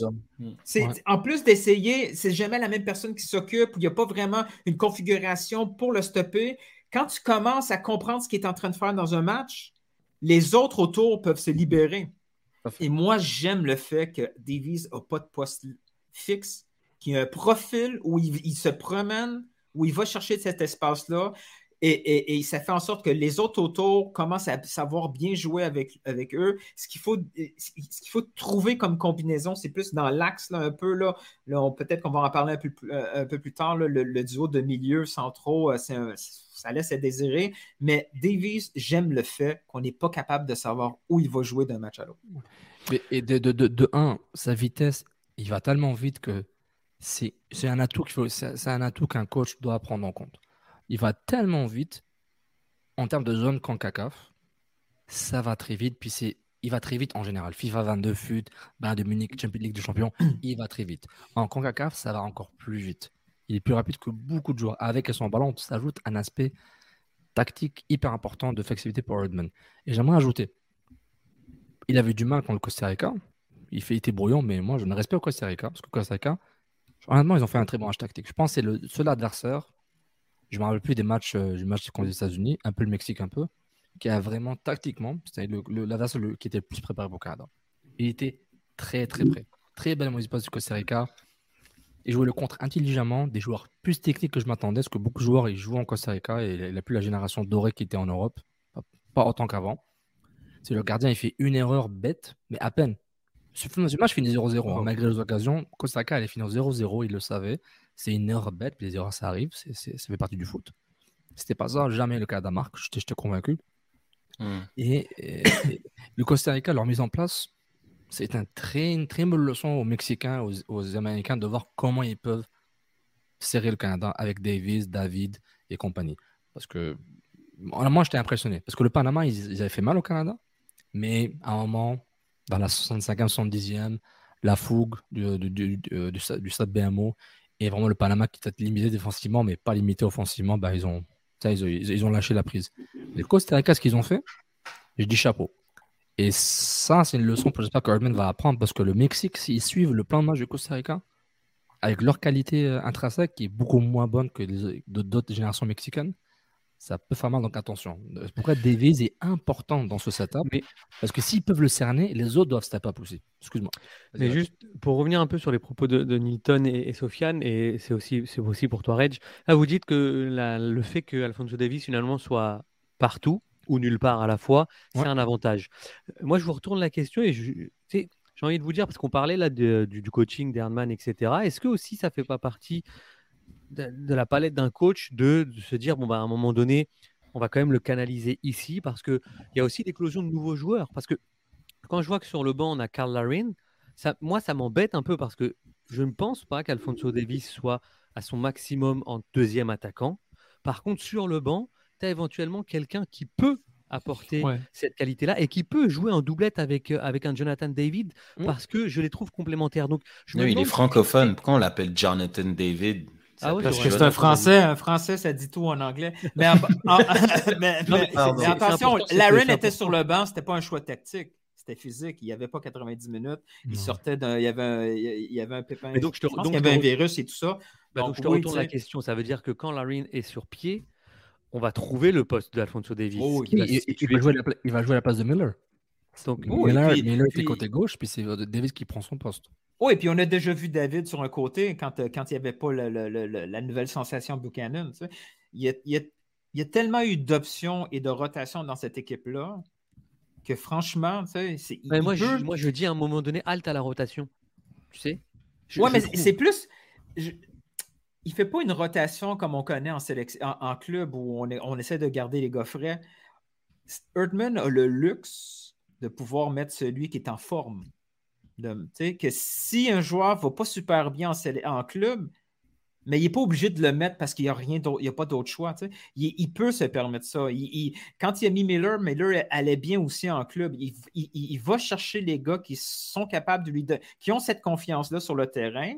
plus d'essayer, c'est jamais la même personne qui s'occupe, il n'y a pas vraiment une configuration pour le stopper. Quand tu commences à comprendre ce qu'il est en train de faire dans un match, les autres autour peuvent se libérer. Et moi, j'aime le fait que Davies n'a pas de poste fixe, qu'il a un profil où il se promène, où il va chercher cet espace-là. Et ça fait en sorte que les autres autour commencent à savoir bien jouer avec eux. Ce qu'il faut trouver comme combinaison, c'est plus dans l'axe, là, un peu. Là, peut-être qu'on va en parler un peu plus tard. Là, le duo de milieu centraux, ça laisse à désirer. Mais Davies, j'aime le fait qu'on n'est pas capable de savoir où il va jouer d'un match à l'autre. Et de un, sa vitesse, il va tellement vite que c'est un atout c'est un atout qu'un coach doit prendre en compte. Il va tellement vite en termes de zone CONCACAF, ça va très vite. Puis il va très vite en général. FIFA 22, FUT, Bayern de Munich, Champions League des Champions, il va très vite. En CONCACAF, ça va encore plus vite. Il est plus rapide que beaucoup de joueurs. Avec et sans ballon, ça ajoute un aspect tactique hyper important de flexibilité pour Erdman. Et j'aimerais ajouter, il avait du mal contre le Costa Rica. Il était brouillon, mais moi, je ne respecte au Costa Rica. Parce que Costa Rica, honnêtement, ils ont fait un très bon match tactique. Je pense que c'est le seul adversaire. Je ne me rappelle plus des matchs contre les États-Unis, un peu le Mexique, un peu, qui a vraiment tactiquement, c'était l'adversaire qui était le plus préparé pour le Canada. Il était très, très prêt. Très belle mise du Costa Rica. Il jouait le contre intelligemment, des joueurs plus techniques que je m'attendais, parce que beaucoup de joueurs ils jouent en Costa Rica et il n'a plus la génération dorée qui était en Europe, pas autant qu'avant. C'est le gardien, il fait une erreur bête, mais à peine. Ce match finit 0-0, malgré les occasions. Costa Rica allait finir 0-0, il le savait. C'est une erreur bête, les erreurs ça arrive, ça fait partie du foot. C'était pas ça, jamais le Canada marque, j'étais convaincu. Et le Costa Rica, leur mise en place, c'est une très bonne leçon aux Mexicains, aux Américains de voir comment ils peuvent serrer le Canada avec Davis, David et compagnie. Parce que moi, j'étais impressionné. Parce que le Panama, ils avaient fait mal au Canada, mais à un moment, dans la 65e, 70e, la fougue du stade BMO et vraiment le Panama qui était limité défensivement, mais pas limité offensivement, bah, ils ont lâché la prise. Le Costa Rica, ce qu'ils ont fait, je dis chapeau. Et ça, c'est une leçon que j'espère que Herdman va apprendre parce que le Mexique, s'ils suivent le plan de match du Costa Rica, avec leur qualité intrinsèque qui est beaucoup moins bonne que d'autres générations mexicaines, ça peut faire mal. Donc attention. C'est pourquoi Davies est important dans ce setup. Mais, Parce que s'ils peuvent le cerner, les autres doivent step up aussi. Excuse-moi. mais juste pour revenir un peu sur les propos de Nilton et Sofiane, et c'est aussi pour toi, Reg, là vous dites que le fait que Alphonso Davies finalement soit partout ou nulle part à la fois, c'est Ouais. un avantage. Moi, je vous retourne la question et tu sais, j'ai envie de vous dire, parce qu'on parlait là du coaching d'Herdman, etc. Est-ce que aussi ça fait pas partie de la palette d'un coach de se dire, bon, bah, à un moment donné, on va quand même le canaliser ici parce qu'il y a aussi l'éclosion de nouveaux joueurs. Parce que quand je vois que sur le banc, on a Carl Larin, moi, ça m'embête un peu parce que je ne pense pas qu'Alphonso Davies soit à son maximum en deuxième attaquant. Par contre, sur le banc, tu as éventuellement quelqu'un qui peut apporter cette qualité-là et qui peut jouer en doublette avec un Jonathan David parce que je les trouve complémentaires. Donc, il est francophone. Pourquoi on l'appelle Jonathan David? Parce que c'est un Français. Un Français, ça dit tout en anglais. Mais attention, Larin était sur le banc. C'était pas un choix tactique. C'était physique. Il n'y avait pas 90 minutes. Il sortait il y avait un pépin. Donc, je pense qu'il y avait un virus et tout ça. Donc, je te retourne la question. Ça veut dire que quand Larin est sur pied, on va trouver le poste d'Alphonso Davies. Il va jouer à la place de Miller. Donc, Miller était côté gauche, puis c'est Davies qui prend son poste. Oui, et puis on a déjà vu David sur un côté quand il n'y avait pas la nouvelle sensation Buchanan. Tu sais. Il y a tellement eu d'options et de rotations dans cette équipe-là que franchement, tu sais, moi, je dis à un moment donné, halte à la rotation. Tu sais? Oui, mais c'est plus... il ne fait pas une rotation comme on connaît en club où on essaie de garder les gars frais. Herdman a le luxe de pouvoir mettre celui qui est en forme. Que si un joueur ne va pas super bien en club, mais il n'est pas obligé de le mettre parce qu'il n'y a pas d'autre choix. Il peut se permettre ça. Quand il a mis Miller allait bien aussi en club. Il va chercher les gars qui sont capables qui ont cette confiance-là sur le terrain.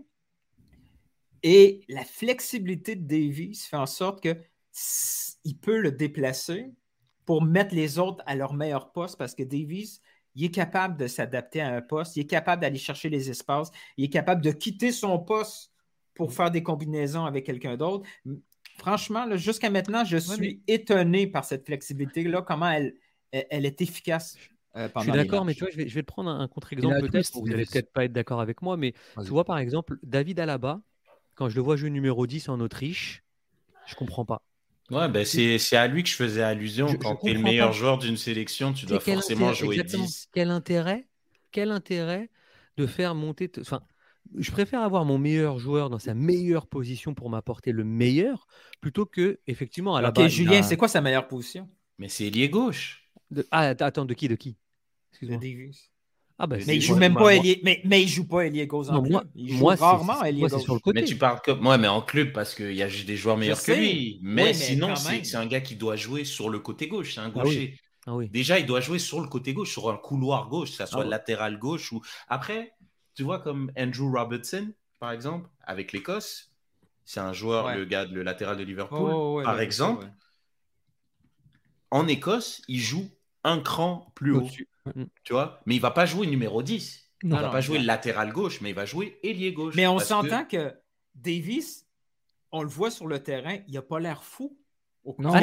Et la flexibilité de Davies fait en sorte qu'il peut le déplacer pour mettre les autres à leur meilleur poste parce que Davies, il est capable de s'adapter à un poste, il est capable d'aller chercher les espaces, il est capable de quitter son poste pour faire des combinaisons avec quelqu'un d'autre. Franchement, là, jusqu'à maintenant, je suis étonné par cette flexibilité-là, comment elle est efficace pendant je suis d'accord, mais tu vois, je vais te prendre un contre-exemple peut-être, vous n'allez peut-être pas être d'accord avec moi, mais tu vois, par exemple, David Alaba, quand je le vois jouer numéro 10 en Autriche, je ne comprends pas. Ouais, ben c'est à lui que je faisais allusion. Quand tu es le meilleur joueur d'une sélection, tu dois forcément jouer 10. Quel intérêt de faire monter... Enfin, je préfère avoir mon meilleur joueur dans sa meilleure position pour m'apporter le meilleur plutôt que, effectivement, à la base. Ok, Julien, c'est quoi sa meilleure position? Mais c'est ailier gauche. Attends, de qui? Excuse-moi. De Davies. Mais il joue même pas ailier. Mais il joue pas ailier gauche en club. Il joue rarement ailier gauche. Sur le côté. Mais tu parles comme mais en club parce qu'il y a juste des joueurs meilleurs que lui. Mais sinon, c'est un gars qui doit jouer sur le côté gauche. C'est un gaucher. Ah oui. Déjà, il doit jouer sur le côté gauche, sur un couloir gauche, que ça soit latéral gauche ou. Après, tu vois comme Andrew Robertson, par exemple, avec l'Écosse. C'est un joueur, le latéral de Liverpool, par exemple. En Écosse, il joue un cran plus haut. Tu vois, mais il ne va pas jouer numéro 10. Il ne va pas jouer latéral gauche, mais il va jouer ailier gauche. Mais on s'entend que Davies, on le voit sur le terrain, il n'a pas l'air fou. On peut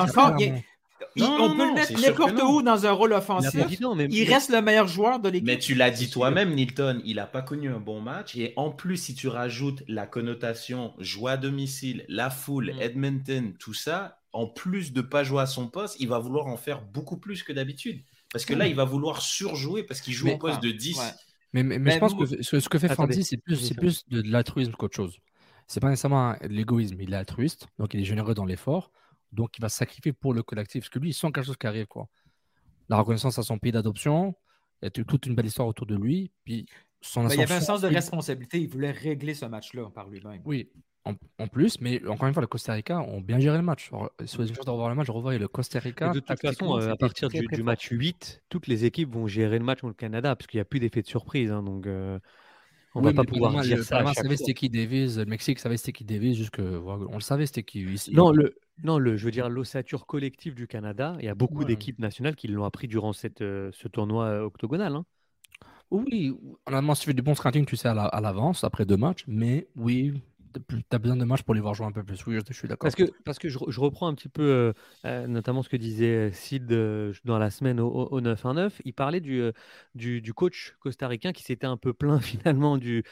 le mettre n'importe où dans un rôle offensif. Il reste le meilleur joueur de l'équipe. Mais tu l'as dit toi-même, Nilton, il n'a pas connu un bon match. Et en plus, si tu rajoutes la connotation joie à domicile, la foule, Edmonton, tout ça, en plus de ne pas jouer à son poste, il va vouloir en faire beaucoup plus que d'habitude. Parce que là, il va vouloir surjouer parce qu'il joue au poste de 10. Mais je pense que ce que fait Fanti, c'est plus de l'altruisme qu'autre chose. C'est pas nécessairement de l'égoïsme. Il est altruiste, donc il est généreux dans l'effort. Donc il va se sacrifier pour le collectif. Parce que lui, il sent quelque chose qui arrive. La reconnaissance à son pays d'adoption, il y a toute une belle histoire autour de lui. Puis il y avait un sens de responsabilité. Il voulait régler ce match-là par lui-même. Oui. En plus, mais encore une fois, le Costa Rica ont bien géré le match. Si vous avez une chance de revoir le match, revoyez le Costa Rica. De toute façon, à partir du match 8, toutes les équipes vont gérer le match contre le Canada, parce qu'il n'y a plus d'effet de surprise. Donc, On va pas pouvoir dire le ça à Panama chaque savait fois. c'était qui Davis, le Mexique savait c'était qui Davis, on le savait c'était qui. Non, je veux dire l'ossature collective du Canada. Il y a beaucoup Ouais. d'équipes nationales qui l'ont appris durant ce tournoi octogonal. Hein. Oui, honnêtement, si tu fais du bon scouting, tu sais à l'avance, après 2 matchs, mais oui, tu as besoin de matchs pour les voir jouer un peu plus. Oui, je suis d'accord. Parce que je reprends un petit peu, notamment ce que disait Sid dans la semaine au 9-1-9. Il parlait du coach costaricain qui s'était un peu plaint finalement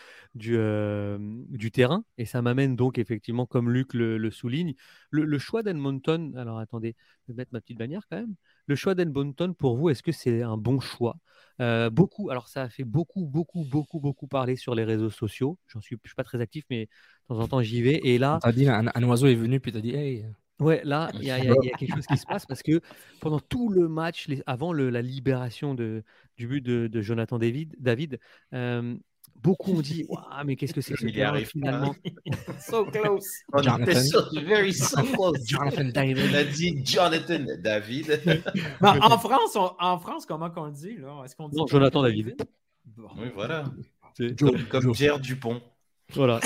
du terrain. Et ça m'amène donc effectivement, comme Luc le souligne, le choix d'Edmonton. Alors attendez, je vais mettre ma petite bannière quand même. Le choix d'Edmonton, pour vous, est-ce que c'est un bon choix? Beaucoup, alors ça a fait beaucoup parler sur les réseaux sociaux. Je suis pas très actif, mais de temps en temps j'y vais. Et là, T'as dit, un oiseau est venu, puis t'as dit, hey. ouais, là, il y a quelque chose qui se passe parce que pendant tout le match, avant la libération du but de Jonathan David, beaucoup ont dit waouh, mais qu'est-ce que c'est que ce Il y terrain arrive pas, finalement? So close. On Jonathan. était very so close. Jonathan David. On a dit Jonathan David. Mais en France, comment qu'on le dit, là? Est-ce qu'on dit Non, Jonathan David. Bon. Oui, voilà. C'est- Comme Pierre Dupont. Voilà.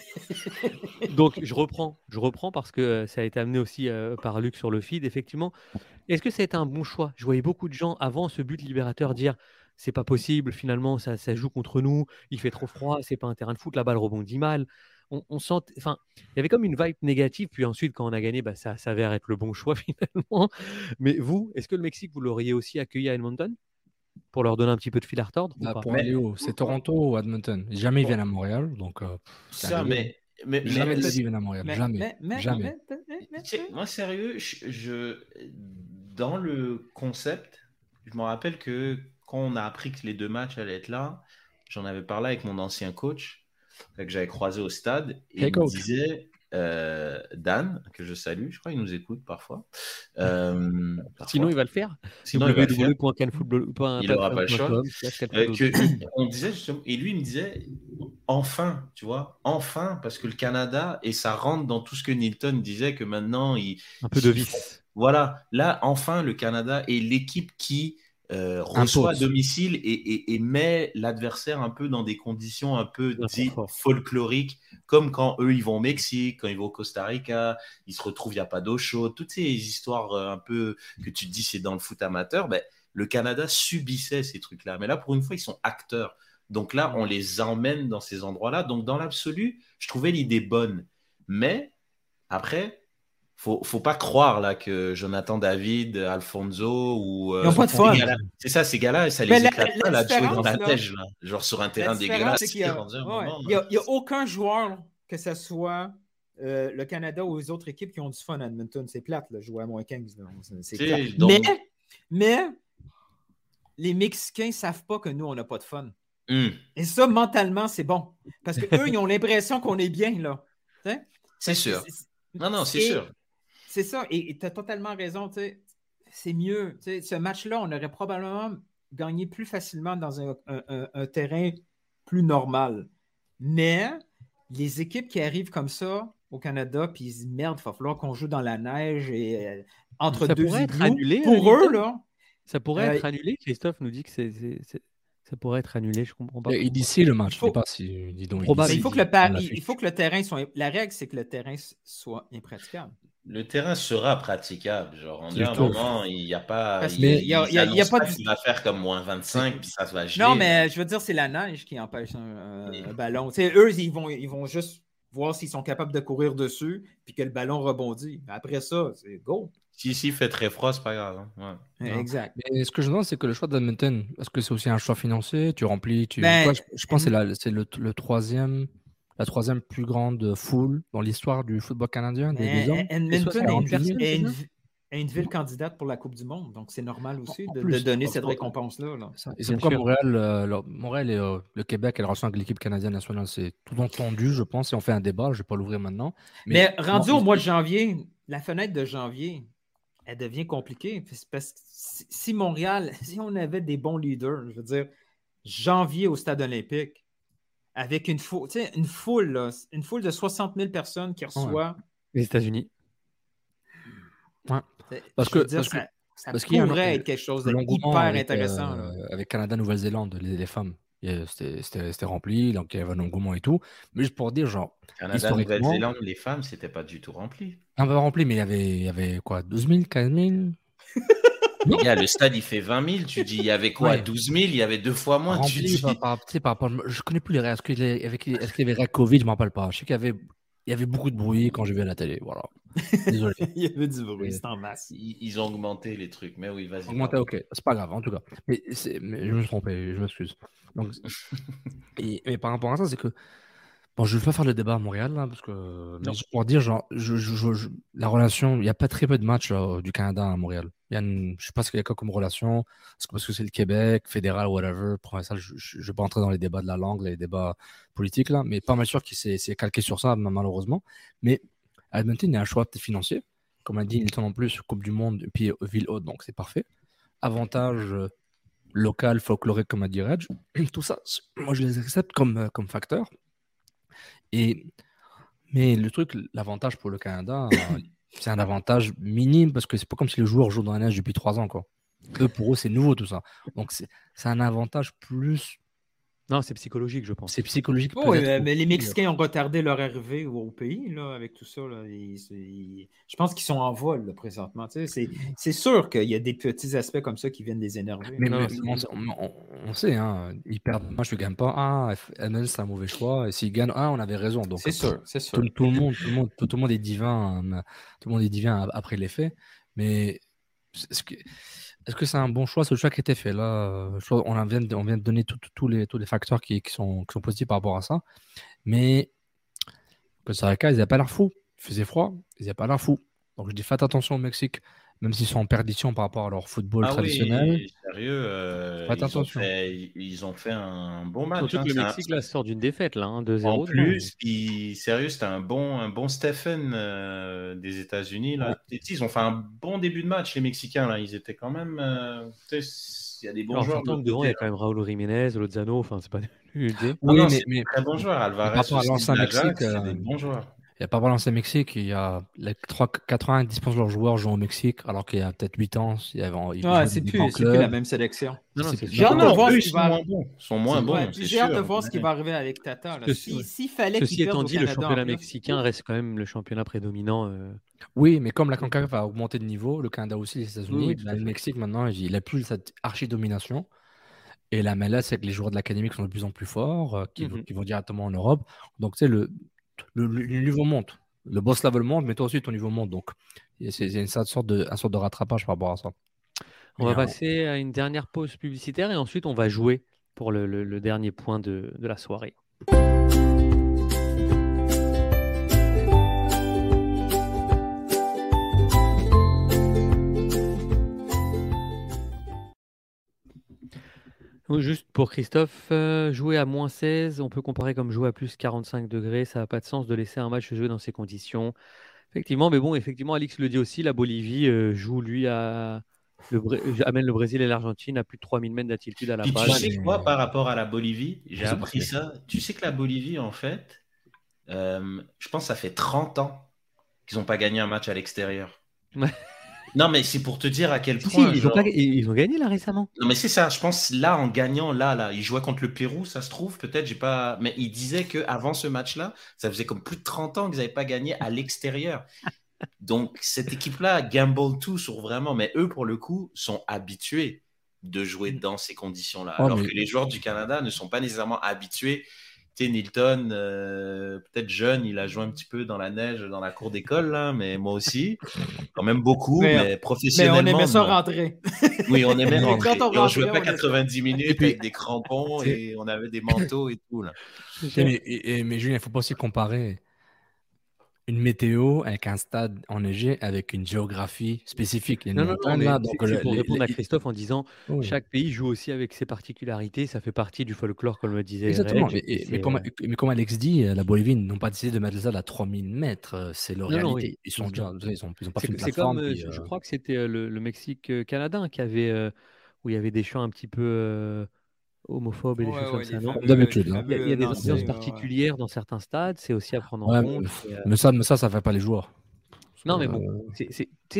Donc je reprends parce que ça a été amené aussi par Luc sur le feed. Effectivement, est-ce que ça a été un bon choix? Je voyais beaucoup de gens avant ce but libérateur dire c'est pas possible, finalement ça joue contre nous, il fait trop froid, c'est pas un terrain de foot, la balle rebondit mal. On sent, enfin, il y avait comme une vibe négative, puis ensuite quand on a gagné, ça s'avère être le bon choix finalement. Mais vous, est-ce que le Mexique vous l'auriez aussi accueilli à Edmonton pour leur donner un petit peu de fil à retordre ou pas? Pour aller où? C'est Toronto ou Edmonton? Jamais ils viennent à Montréal, donc Ça, jamais de la vie ils viennent à Montréal. Jamais. Jamais. Moi, sérieux, dans le concept, je me rappelle que quand on a appris que les 2 matchs allaient être là, j'en avais parlé avec mon ancien coach que j'avais croisé au stade et Hey, il me coach. disait, Dan, que je salue, je crois qu'il nous écoute parfois. Sinon, il va le faire. Sinon, il va le faire. www.canfootball.com. Il n'aura pas le choix. On disait justement, et lui il me disait enfin, tu vois, enfin, parce que le Canada, et ça rentre dans tout ce que Nilton disait, que maintenant un peu de vice. Voilà, là enfin le Canada est l'équipe qui reçoit à domicile et met l'adversaire un peu dans des conditions un peu dites folkloriques, comme quand eux ils vont au Mexique, quand ils vont au Costa Rica, ils se retrouvent, il n'y a pas d'eau chaude, toutes ces histoires un peu que tu te dis c'est dans le foot amateur, le Canada subissait ces trucs-là. Mais là, pour une fois, ils sont acteurs. Donc là, on les emmène dans ces endroits-là. Donc dans l'absolu, je trouvais l'idée bonne. Mais après, faut pas croire là que Jonathan David, Alfonso ou ils n'ont pas de fun. C'est ça, ces gars-là, ça les éclate pas là, de jouer dans la neige, là, genre sur un terrain dégueulasse. Il n'y a aucun joueur, que ce soit le Canada ou les autres équipes qui ont du fun à Edmonton. C'est plate, là, jouer à moins 15. C'est plate. Donc... Mais les Mexicains ne savent pas que nous, on n'a pas de fun. Et ça, mentalement, c'est bon. Parce qu'eux, ils ont l'impression qu'on est bien, là. T'sais? C'est sûr. Non, c'est sûr. C'est ça. Et tu as totalement raison. C'est mieux. Ce match-là, on aurait probablement gagné plus facilement dans un terrain plus normal. Mais les équipes qui arrivent comme ça au Canada, puis ils disent merde, il va falloir qu'on joue dans la neige et entre ça deux pourrait igloos. Être annulé, pour eux, là. Ça pourrait être annulé. Christophe nous dit que ça pourrait être annulé. Je comprends pas. Il dit si le match. Il faut que le terrain soit. La règle, c'est que le terrain soit impraticable. Le terrain sera praticable. Genre, en un moment, il n'y a pas. Il y a pas qu'il va faire comme moins 25, puis ça va geler. Non, mais je veux dire, c'est la neige qui empêche un ballon. Eux, ils vont juste voir s'ils sont capables de courir dessus, puis que le ballon rebondit. Après ça, c'est go. Si il fait très froid, c'est pas grave. Hein. Ouais. Exact. Mais ce que je demande, c'est que le choix d'Edmonton, est-ce que c'est aussi un choix financier? Tu remplis. Je pense que c'est la troisième plus grande foule dans l'histoire du football canadien. Edmonton est une ville candidate pour la Coupe du Monde, donc c'est normal aussi de donner cette récompense-là. Là. Et c'est pourquoi Montréal et le Québec, elles reçoivent l'équipe canadienne nationale. C'est tout entendu, je pense, et on fait un débat. Je ne vais pas l'ouvrir maintenant. Mais rendu au mois de janvier, la fenêtre de janvier, elle devient compliquée. Parce que si Montréal, si on avait des bons leaders, je veux dire, janvier au stade olympique, avec une foule de 60 000 personnes qui reçoit les États-Unis. Ouais. Parce ça pourrait être quelque chose d'hyper intéressant. Avec Canada-Nouvelle-Zélande, les femmes. C'était rempli, donc il y avait un engouement et tout. Mais juste pour dire, genre, Canada, historiquement, Nouvelle-Zélande, les femmes, c'était pas du tout rempli. un peu rempli, mais il y avait quoi, 12 000, 15 000? Les gars, le stade, il fait 20 000. Tu dis, il y avait quoi, Ouais. 12 000? Il y avait 2 fois moins. Tu Rempli dis... tu sais, par rapport. Je connais plus les règles. Est-ce qu'il y avait règles Covid? Je ne m'en rappelle pas. Je sais il y avait beaucoup de bruit quand j'ai vu à la télé. Voilà. Désolé. Il y avait du bruit, c'est en masse. Ils ont augmenté les trucs. Mais oui, vas-y. Augmenté, ok. C'est pas grave, en tout cas. Mais je me suis trompé, je m'excuse. Donc, mais par rapport à ça, c'est que. Bon, je ne vais pas faire le débat à Montréal, là, parce que. Mais Non. juste pour dire, genre, la relation, il n'y a pas très peu de matchs là, du Canada à Montréal. Je ne sais pas ce qu'il y a comme relation. Est-ce que parce que c'est le Québec, fédéral, whatever, provincial, je ne vais pas entrer dans les débats de la langue, les débats politiques, là, mais pas mal sûr qu'il s'est calqué sur ça, malheureusement. Mais Edmonton, il y a un choix peut-être financier. Comme a dit Nilton en plus, Coupe du Monde, puis ville haute, donc c'est parfait. Avantage local, folklorique, comme a dit Reg. Tout ça, moi, je les accepte comme facteur. Mais le truc, l'avantage pour le Canada, c'est un avantage minime parce que c'est pas comme si le joueur joue dans la neige depuis 3 ans, quoi. Eux, pour eux, c'est nouveau tout ça. Donc, c'est un avantage plus. Non, c'est psychologique, je pense. C'est psychologique. Oui, mais les Mexicains ont retardé leur arrivée au pays là, avec tout ça. Là. Je pense qu'ils sont en vol là, présentement. Tu sais, c'est sûr qu'il y a des petits aspects comme ça qui viennent les énerver. Mais Non, on sait, hein, ils perdent. Moi, je ne gagne pas. Ah, ML, c'est un mauvais choix. Et s'ils gagnent, on avait raison. Donc, c'est sûr. Tout le monde est divin. Tout le monde est divin après les faits. Mais est-ce que c'est un bon choix, ce choix qui a été fait là? On vient de donner tous les facteurs qui sont positifs par rapport à ça. Mais Costa Rica, ils n'avaient pas l'air fous. Il faisait froid, ils n'avaient pas l'air fous. Donc je dis faites attention au Mexique, même s'ils sont en perdition par rapport à leur football traditionnel. Oui, sérieux, faites attention. Ils ont fait un bon match. Surtout que le Mexique là, sort d'une défaite, là, 2-0. En plus, sérieux, c'était un bon Stephen des États-Unis. Là. Ouais. Ils ont fait un bon début de match, les Mexicains. Là. Ils étaient quand même. Il y a des bons joueurs. Devant, il y a quand même Raúl Jiménez, Lozano. Enfin, c'est pas. Oui, mais très bon joueur. Alvarez, par rapport à l'ancien Mexique, c'est des bons joueurs. Il n'y a pas vraiment l'ancien Mexique. Il y a 90% de leurs joueurs jouent au Mexique, alors qu'il y a peut-être 8 ans. C'est plus la même sélection. J'ai hâte de voir ce qui va arriver. Ils sont moins bons. J'ai hâte de voir ce qui va arriver avec Tata. S'il fallait qu'il perde au Canada, le championnat mexicain reste quand même le championnat prédominant. Oui, mais comme la CONCACAF a augmenté de niveau, le Canada aussi, les États-Unis, le Mexique maintenant, il n'a plus cette archi-domination. Et la MLS, c'est que les joueurs de l'académie sont de plus en plus forts, qui vont directement en Europe. Donc, tu sais, le niveau monte. Le boss level monte, mais toi aussi, ton niveau monte. Donc, c'est une sorte de rattrapage par rapport à ça. On va passer à une dernière pause publicitaire et ensuite, on va jouer pour le dernier point de la soirée. Juste pour Christophe, jouer à moins 16, on peut comparer comme jouer à plus 45 degrés. Ça n'a pas de sens de laisser un match se jouer dans ces conditions. Effectivement, mais bon, effectivement, Alix le dit aussi, la Bolivie joue, lui, amène le Brésil et l'Argentine à plus de 3000 mètres d'altitude à la base. Tu sais quoi, par rapport à la Bolivie, j'ai appris ça. Tu sais que la Bolivie, en fait, je pense que ça fait 30 ans qu'ils n'ont pas gagné un match à l'extérieur. Non, mais c'est pour te dire à quel point. Ils ont gagné là récemment. Non, mais c'est ça. Je pense là, en gagnant, là, ils jouaient contre le Pérou, ça se trouve. Peut-être, j'ai pas. Mais ils disaient qu'avant ce match-là, ça faisait comme plus de 30 ans qu'ils n'avaient pas gagné à l'extérieur. Donc, cette équipe-là gamble tout sur vraiment. Mais eux, pour le coup, sont habitués de jouer dans ces conditions-là. Alors que les joueurs du Canada ne sont pas nécessairement habitués. Nilton, peut-être jeune, il a joué un petit peu dans la neige, dans la cour d'école, là, mais moi aussi, quand même beaucoup, mais professionnellement. Mais on aimait ça rentrer. Oui, on aimait rentrer. Et on jouait pas 90 minutes avec des crampons et on avait des manteaux et tout. Là. Mais Julien, il ne faut pas aussi comparer une météo avec un stade enneigé avec une géographie spécifique. Non, c'est pour répondre à Christophe en disant chaque pays joue aussi avec ses particularités, ça fait partie du folklore, comme le disait Exactement. Mais comme Alex dit, la Bolivie n'ont pas décidé de mettre ça à 3000 mètres, c'est leur réalité. Ils n'ont pas fait une plateforme. Je crois que c'était le Mexique canadien qui avait, où il y avait des chants un petit peu homophobes et des choses comme ça, non ? D'habitude. Il y a des ambiances particulières dans certains stades, c'est aussi à prendre en compte. Mais ça fait pas les joueurs. Non, mais bon,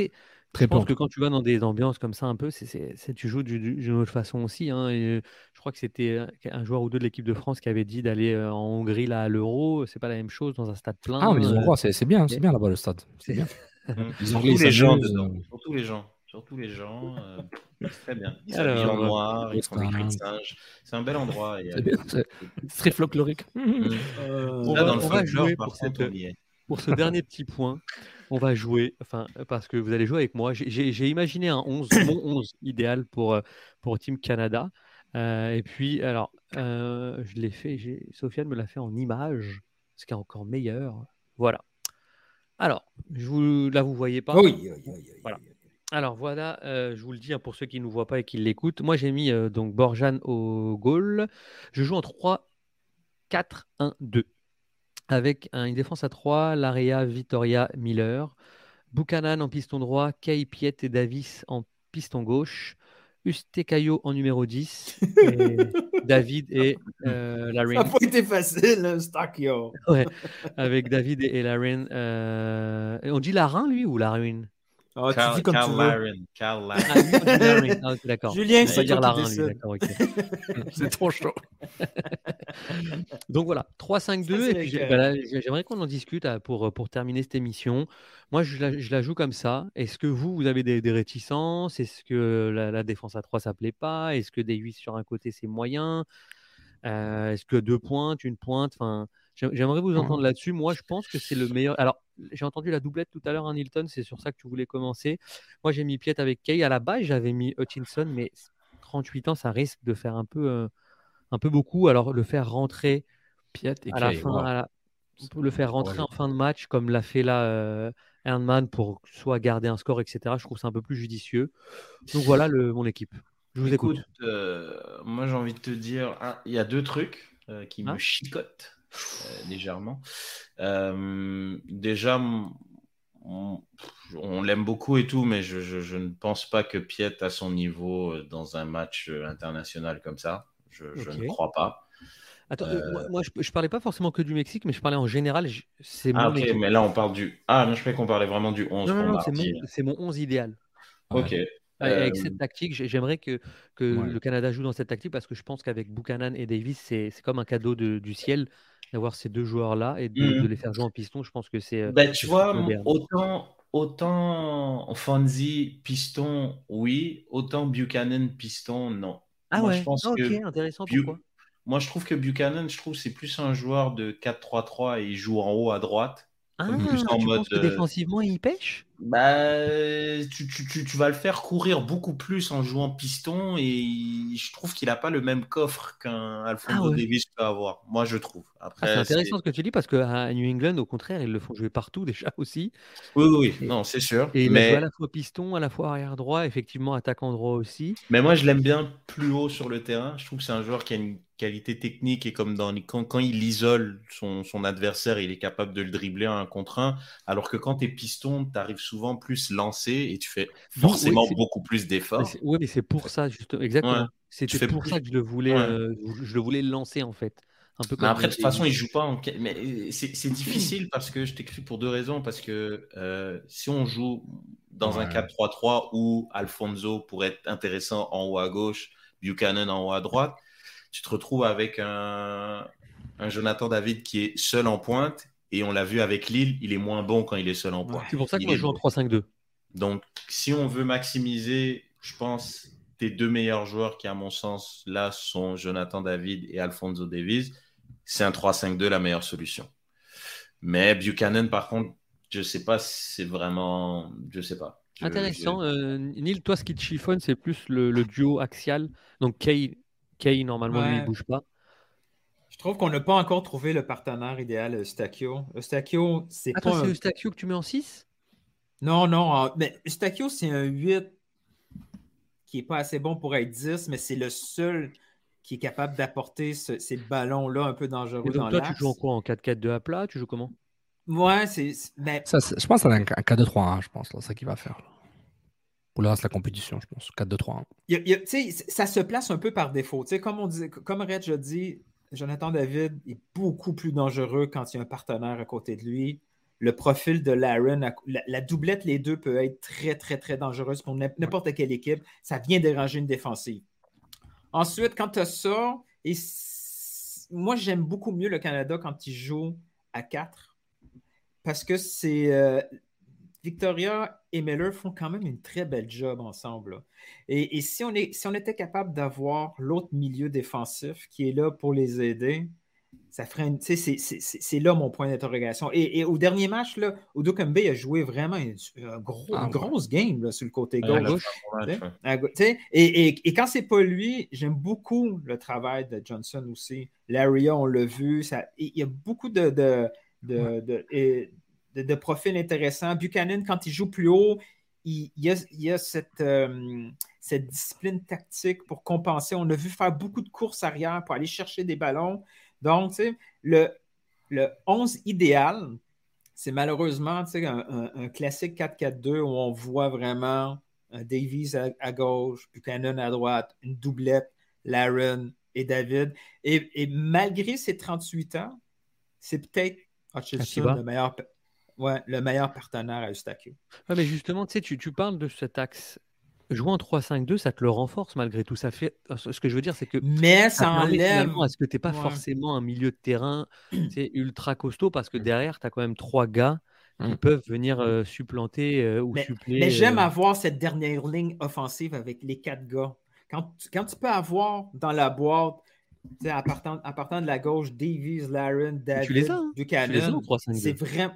Très Je peu. pense que quand tu vas dans des ambiances comme ça, un peu, tu joues d'une autre façon aussi, hein. Et je crois que c'était un joueur ou deux de l'équipe de France qui avait dit d'aller en Hongrie là, à l'Euro. C'est pas la même chose dans un stade plein. Ah, mais les Hongrois, c'est bien, mais- là-bas le stade. C'est c'est- bien. Les Anglais, Surtout ils les gens s'amusent. dedans. Surtout les gens. C'est très bien. Ils s'habillent en Alors, noir, ils font des cris de stade. singe. C'est un bel endroit. C'est bien. C'est très folklorique. on Là, va, dans le on va folklore, jouer par contre, on y est. pour ce dernier petit point. On va jouer, enfin, parce que vous allez jouer avec moi. J'ai imaginé un 11, mon 11 idéal pour Team Canada. Et puis, alors, je l'ai fait, Sofiane me l'a fait en image, ce qui est encore meilleur. Voilà. Alors, là, vous ne voyez pas. Oui, oui, oui, oui, Voilà. oui. Alors voilà, je vous le dis, hein, pour ceux qui ne nous voient pas et qui l'écoutent, moi j'ai mis donc Borjan au goal. Je joue en 3-4-1-2 avec une défense à 3, Larea, Vitoria, Miller, Buchanan en piston droit, Kay, Piet et Davis en piston gauche, Ustekayo en numéro 10, et David et Ça n'a Larin. pas été facile, hein, Stakio. Ouais, avec David et Larin. On dit Larin, lui, ou Larin? Ah, tu dis comme tu veux. Carl Ah, Laren. lui, on dit Larin. Ah, ok, d'accord. Julien, On va c'est dire toi qui Larin, lui, décides. d'accord, ok. C'est trop chaud. Donc voilà, 3-5-2. Ça, Et puis c'est j'aimerais qu'on en discute pour terminer cette émission. Moi, je la joue comme ça. Est-ce que vous avez des réticences? Est-ce que la défense à 3, ça ne plaît pas? Est-ce que des 8 sur un côté, c'est moyen? Est-ce que 2 pointes, une pointe? Enfin, j'aimerais vous entendre là-dessus. Moi, je pense que c'est le meilleur. Alors, j'ai entendu la doublette tout à l'heure, hein, Nilton. C'est sur ça que tu voulais commencer. Moi, j'ai mis Piet avec Kay. À la base, j'avais mis Hutchinson, mais 38 ans, ça risque de faire un peu beaucoup. Alors, le faire rentrer Piet et à la Kay, fin, wow. on peut le faire rentrer en fin de match, comme l'a fait là Erdmann, pour soit garder un score, etc. Je trouve ça un peu plus judicieux. Donc voilà mon équipe. Je vous écoute. Moi j'ai envie de te dire, il y a deux trucs qui me Hein chicotent légèrement. Déjà, on l'aime beaucoup et tout, mais je ne pense pas que Piet a son niveau dans un match international comme ça. Je ne crois pas. Attends, moi je parlais pas forcément que du Mexique, mais je parlais en général. C'est Ah mon ok, équipe. mais là on parle du... Ah non, je croyais qu'on parlait vraiment du 11 pour Non, mardi. c'est mon 11 idéal. Ok. Avec cette tactique, j'aimerais que Ouais. le Canada joue dans cette tactique, parce que je pense qu'avec Buchanan et Davis, c'est comme un cadeau du ciel d'avoir ces deux joueurs-là et de les faire jouer en piston. Je pense que c'est Tu le vois, foot moderne. autant Fonzie piston, oui, autant Buchanan piston, non. Ah Moi, je ouais, pense ok, que intéressant, pourquoi? Moi, je trouve que Buchanan, c'est plus un joueur de 4-3-3 et il joue en haut à droite. Ah, Plus en tu mode. penses que défensivement, il pêche? Tu vas le faire courir beaucoup plus en jouant piston et je trouve qu'il n'a pas le même coffre qu'un Alphonso Davies peut avoir. Moi, je trouve. Après, c'est intéressant ce que tu dis, parce qu'à New England, au contraire, ils le font jouer partout déjà aussi. Oui, non, c'est sûr. Et il a joué à la fois piston, à la fois arrière droit, effectivement attaquant droit aussi. Mais moi, je l'aime bien plus haut sur le terrain. Je trouve que c'est un joueur qui a une qualité technique et comme quand il isole son adversaire, il est capable de le dribbler en 1 contre 1. Alors que quand tu es piston, tu arrives souvent plus lancé et tu fais forcément beaucoup plus d'efforts. Oui, mais c'est pour ça, justement. Exactement. Ouais. C'était pour ça que je le voulais lancer, en fait. Un peu mais comme après, de toute façon, il joue pas en... Mais c'est difficile parce que je t'écris pour 2 raisons. Parce que si on joue dans un 4-3-3 où Alphonso pourrait être intéressant en haut à gauche, Buchanan en haut à droite, tu te retrouves avec un Jonathan David qui est seul en pointe. Et on l'a vu avec Lille, il est moins bon quand il est seul en pointe. C'est pour ça que moi, je joue en 3-5-2. Donc, si on veut maximiser, je pense, tes 2 meilleurs joueurs qui, à mon sens, là, sont Jonathan David et Alphonso Davies, c'est un 3-5-2 la meilleure solution. Mais Buchanan, par contre, je sais pas si c'est vraiment... Je sais pas. Intéressant. Neil, toi, ce qui te chiffonne, c'est plus le duo axial. Donc, Kay normalement, lui, il bouge pas. Je trouve qu'on n'a pas encore trouvé le partenaire idéal, Eustachio. Eustachio, c'est pas... Toi, c'est Eustachio que tu mets en 6? Non, mais Eustachio, c'est un 8 qui n'est pas assez bon pour être 10, mais c'est le seul qui est capable d'apporter ces ballons-là un peu dangereux donc, dans toi, l'axe. tu joues en quoi? En 4-4-2 à plat? Tu joues comment? Ouais, je pense que c'est un 4-2-3-1, je pense. C'est ça qu'il va faire. Là. Pour le reste de la compétition, je pense. 4-2-3-1. Ça se place un peu par défaut. Comme Reg a dit, Jonathan David est beaucoup plus dangereux quand il y a un partenaire à côté de lui. le profil de Larin, la doublette, les deux, peut être très, très, très dangereuse pour n'importe quelle équipe. Ça vient déranger une défensive. Ensuite, quand tu as ça, moi, j'aime beaucoup mieux le Canada quand ils jouent à 4 parce que c'est Victoria et Miller font quand même une très belle job ensemble. Là. Et si on était capable d'avoir l'autre milieu défensif qui est là pour les aider, ça ferait c'est là mon point d'interrogation. Et au dernier match, là, Odukambe a joué vraiment une grosse game là, sur le côté gauche. Et quand c'est pas lui, j'aime beaucoup le travail de Johnson aussi. Laria, on l'a vu. Il y a beaucoup de profils intéressants. Buchanan, quand il joue plus haut, il y a cette discipline tactique pour compenser. On a vu faire beaucoup de courses arrière pour aller chercher des ballons. Donc, tu sais, le 11 idéal, c'est malheureusement un classique 4-4-2 où on voit vraiment Davies à gauche, Buchanan à droite, une doublette, Larin et David. Et malgré ses 38 ans, c'est peut-être Hutchinson le meilleur partenaire à Eustáquio. Ouais, mais justement, tu parles de cet axe. Jouer en 3-5-2, ça te le renforce malgré tout. Ça fait... Ce que je veux dire, c'est que mais ça enlève finalement à ce que tu n'es pas forcément un milieu de terrain ultra costaud parce que derrière, tu as quand même 3 gars qui peuvent venir supplanter ou suppléer. Mais j'aime avoir cette dernière ligne offensive avec les 4 gars. Quand tu peux avoir dans la boîte, en partant de la gauche, Davies, Larin, David, Buchanan, c'est vraiment...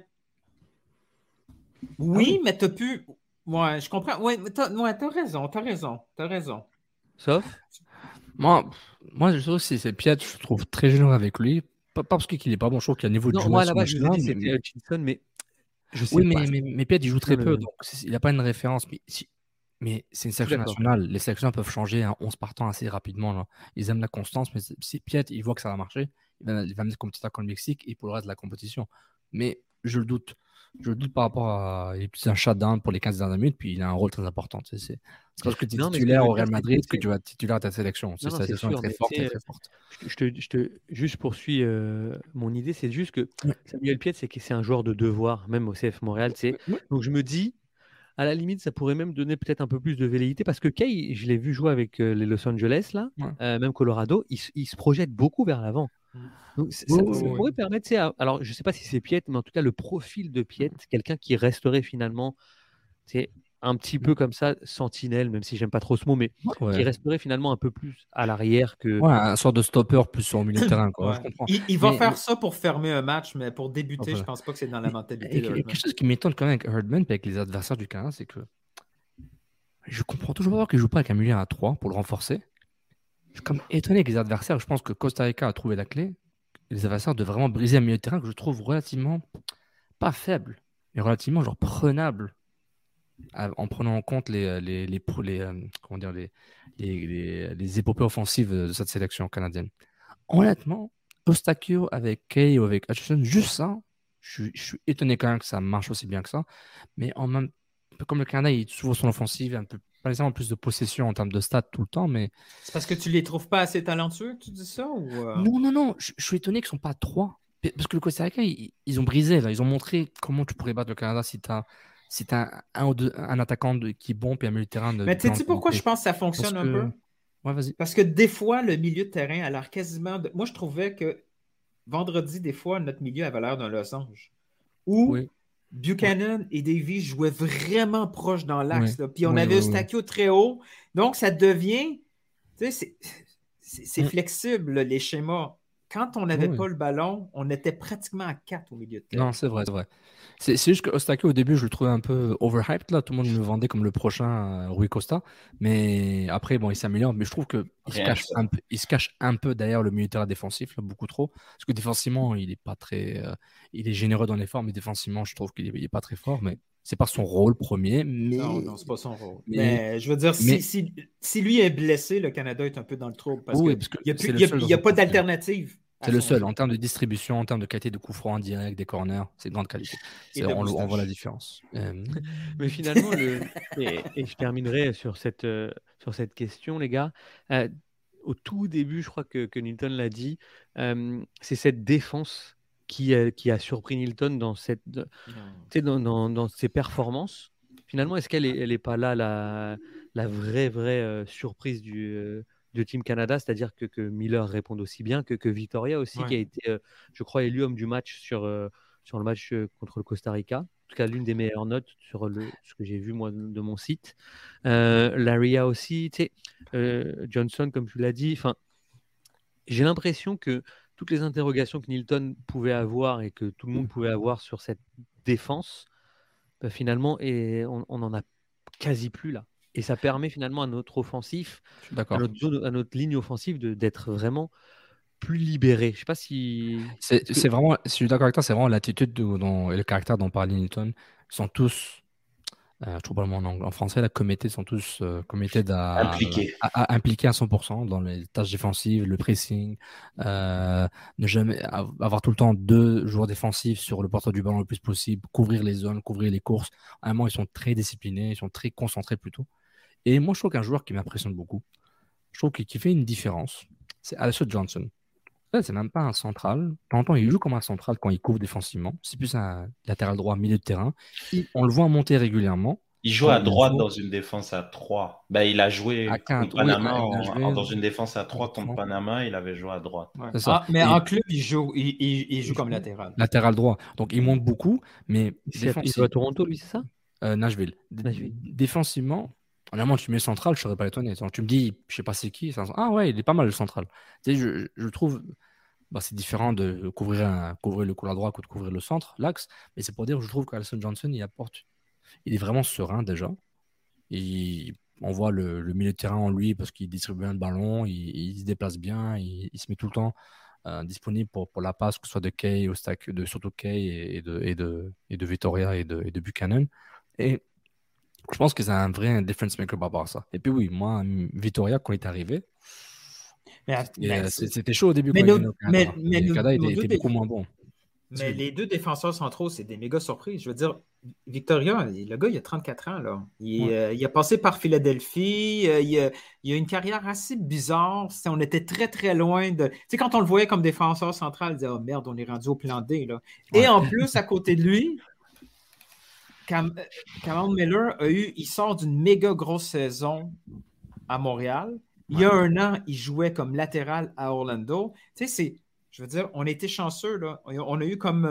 Oui, mais tu as pu... Ouais, je comprends. Ouais, t'as raison. Sauf? Moi, je trouve que c'est Piet, je trouve très généreux avec lui. Pas parce qu'il est pas bon, je trouve qu'il y a un niveau de jeu. Moi, là-bas, je vous ai dit c'était Hutchinson, mais je sais pas. Mais Piet, il joue très peu, donc il n'a pas une référence. Mais c'est une sélection nationale. Les sélections peuvent changer à 11 partants assez rapidement. Là. Ils aiment la constance, mais si Piet, il voit que ça va marcher, il va mettre comme petit comme le Mexique et pour le reste de la compétition. Mais je le doute. Je le doute par rapport à. Il est un shutdown pour les 15 dernières minutes, puis il a un rôle très important. C'est parce que tu es titulaire au Real Madrid que tu vas être titulaire à ta sélection. Sa sélection est très forte et très forte. Je poursuis mon idée, c'est juste que Samuel Piet, c'est un joueur de devoir, même au CF Montréal. Donc je me dis, à la limite, ça pourrait même donner peut-être un peu plus de velléité parce que Kay, je l'ai vu jouer avec les Los Angeles, là, même Colorado, il se projette beaucoup vers l'avant. Donc, ça pourrait permettre, alors je ne sais pas si c'est Piet, mais en tout cas le profil de Piet, quelqu'un qui resterait finalement un petit peu comme ça, sentinelle, même si j'aime pas trop ce mot, mais qui resterait finalement un peu plus à l'arrière que... Ouais, un sort de stopper plus sur le milieu de terrain. Quoi. Je comprends. Il va faire ça pour fermer un match, mais pour débuter, je pense pas que c'est dans la mentalité de Herdman. Quelque chose qui m'étonne quand même avec Herdman et avec les adversaires du Canada, c'est que je comprends toujours pas qu'il ne joue pas avec un milieu à 3 pour le renforcer. Je suis comme étonné avec les adversaires. Je pense que Costa Rica a trouvé la clé. Les adversaires de vraiment briser un milieu de terrain que je trouve relativement, pas faible, mais relativement genre prenable, en prenant en compte les épopées offensives de cette sélection canadienne. Honnêtement, Eustáquio avec Kay ou avec Hutchinson, juste ça, je suis étonné quand même que ça marche aussi bien que ça. Mais en même comme le Canada, il est souvent son offensive, un peu, par exemple, plus de possession en termes de stats tout le temps, mais... C'est parce que tu les trouves pas assez talentueux, tu dis ça ou Non, je suis étonné qu'ils ne sont pas 3. Parce que le Costa Rica, ils ont brisé, là. Ils ont montré comment tu pourrais battre le Canada si tu as un attaquant qui est bon et un milieu de terrain. Mais tu sais pourquoi je pense que ça fonctionne un peu? Ouais, vas-y. Parce que des fois, le milieu de terrain a l'air quasiment... Moi, je trouvais que vendredi, des fois, notre milieu avait l'air d'un losange. Ou Buchanan et Davies jouaient vraiment proches dans l'axe. Puis on avait Eustáquio très haut. Donc, ça devient... Tu sais, c'est flexible, les schémas. Quand on n'avait pas le ballon, on était pratiquement à 4 au milieu de terrain. Non, c'est vrai. C'est juste que Eustáquio, au début, je le trouvais un peu overhyped. Là. Tout le monde me vendait comme le prochain Rui Costa. Mais après, il s'améliore. Mais je trouve qu'il se cache un peu derrière le milieu de terrain défensif, là, beaucoup trop. Parce que défensivement, il est pas très... il est généreux dans l'effort, mais défensivement, je trouve qu'il n'est pas très fort. Mais c'est pas son rôle premier. Mais... Non, c'est pas son rôle. Mais je veux dire, si lui est blessé, le Canada est un peu dans le trouble. Parce qu'il n'y a pas d'alternative. C'est le seul. En termes de distribution, en termes de qualité de coups francs en direct, des corners, c'est de grande qualité. On voit la différence. Mais finalement, et je terminerai sur cette question, les gars. Au tout début, je crois que Nilton l'a dit, c'est cette défense qui a surpris Nilton dans dans ses performances. Finalement, est-ce qu'elle est pas là la vraie surprise de Team Canada, c'est-à-dire que Miller réponde aussi bien que Victoria aussi, qui a été, je crois, élu homme du match sur le match contre le Costa Rica. En tout cas, l'une des meilleures notes sur ce que j'ai vu moi de mon site. Laria aussi, Johnson, comme tu l'as dit. Enfin, j'ai l'impression que toutes les interrogations que Nilton pouvait avoir et que tout le monde pouvait avoir sur cette défense, finalement, on n'en a quasi plus là. Et ça permet finalement à notre offensif, à notre ligne offensive d'être vraiment plus libéré. Je sais pas si... C'est vraiment, je suis d'accord avec toi, c'est vraiment l'attitude et le caractère dont parlait Nilton. Ils sont tous, je trouve pas le mot en français, la committed, sont tous committed Impliqués. à impliquer à 100% dans les tâches défensives, le pressing, ne jamais avoir tout le temps 2 joueurs défensifs sur le porteur du ballon le plus possible, couvrir les zones, couvrir les courses. À un moment, ils sont très disciplinés, ils sont très concentrés plutôt. Et moi, je trouve qu'un joueur qui m'impressionne beaucoup, je trouve qu'il fait une différence, c'est Alistair Johnson. C'est même pas un central. De temps en temps, il joue comme un central quand il couvre défensivement. C'est plus un latéral droit, milieu de terrain. On le voit monter régulièrement. Il joue à droite dans une défense à 3. Ben, il a joué contre Panama dans une défense à 3 contre Panama. Il avait joué à droite. Ouais. Mais en club, il joue comme latéral. Latéral droit. Donc, il monte beaucoup. Mais il joue à Toronto, lui, c'est ça? Nashville. Défensivement, honnêtement, tu mets central, je ne serais pas étonné. Tu me dis, je ne sais pas c'est qui. Ah ouais, il est pas mal le central. Tu sais, je trouve... c'est différent de couvrir le couloir droit que de couvrir le centre, l'axe. Mais c'est pour dire que je trouve qu'Alistair Johnson, il est vraiment serein déjà. On voit le milieu de terrain en lui parce qu'il distribue bien le ballon, il se déplace bien, il se met tout le temps disponible pour la passe, que ce soit de Kay, surtout Kay et de Victoria et de Buchanan. Et je pense que c'est un vrai difference maker par rapport à ça. Et puis oui, moi, Victoria, quand il est arrivé, c'était chaud au début. Le Canada était beaucoup moins bon. Mais les 2 défenseurs centraux, c'est des méga surprises. Je veux dire, Victoria, le gars, il a 34 ans. Là. Il a passé par Philadelphie. Il a une carrière assez bizarre. On était très, très loin de... Tu sais, quand on le voyait comme défenseur central, on disait « Oh merde, on est rendu au plan D. » là. Et en plus, à côté de lui, Cameron Miller il sort d'une méga grosse saison à Montréal. Il y a 1 an, il jouait comme latéral à Orlando. Tu sais, je veux dire, on était chanceux, là. On a eu comme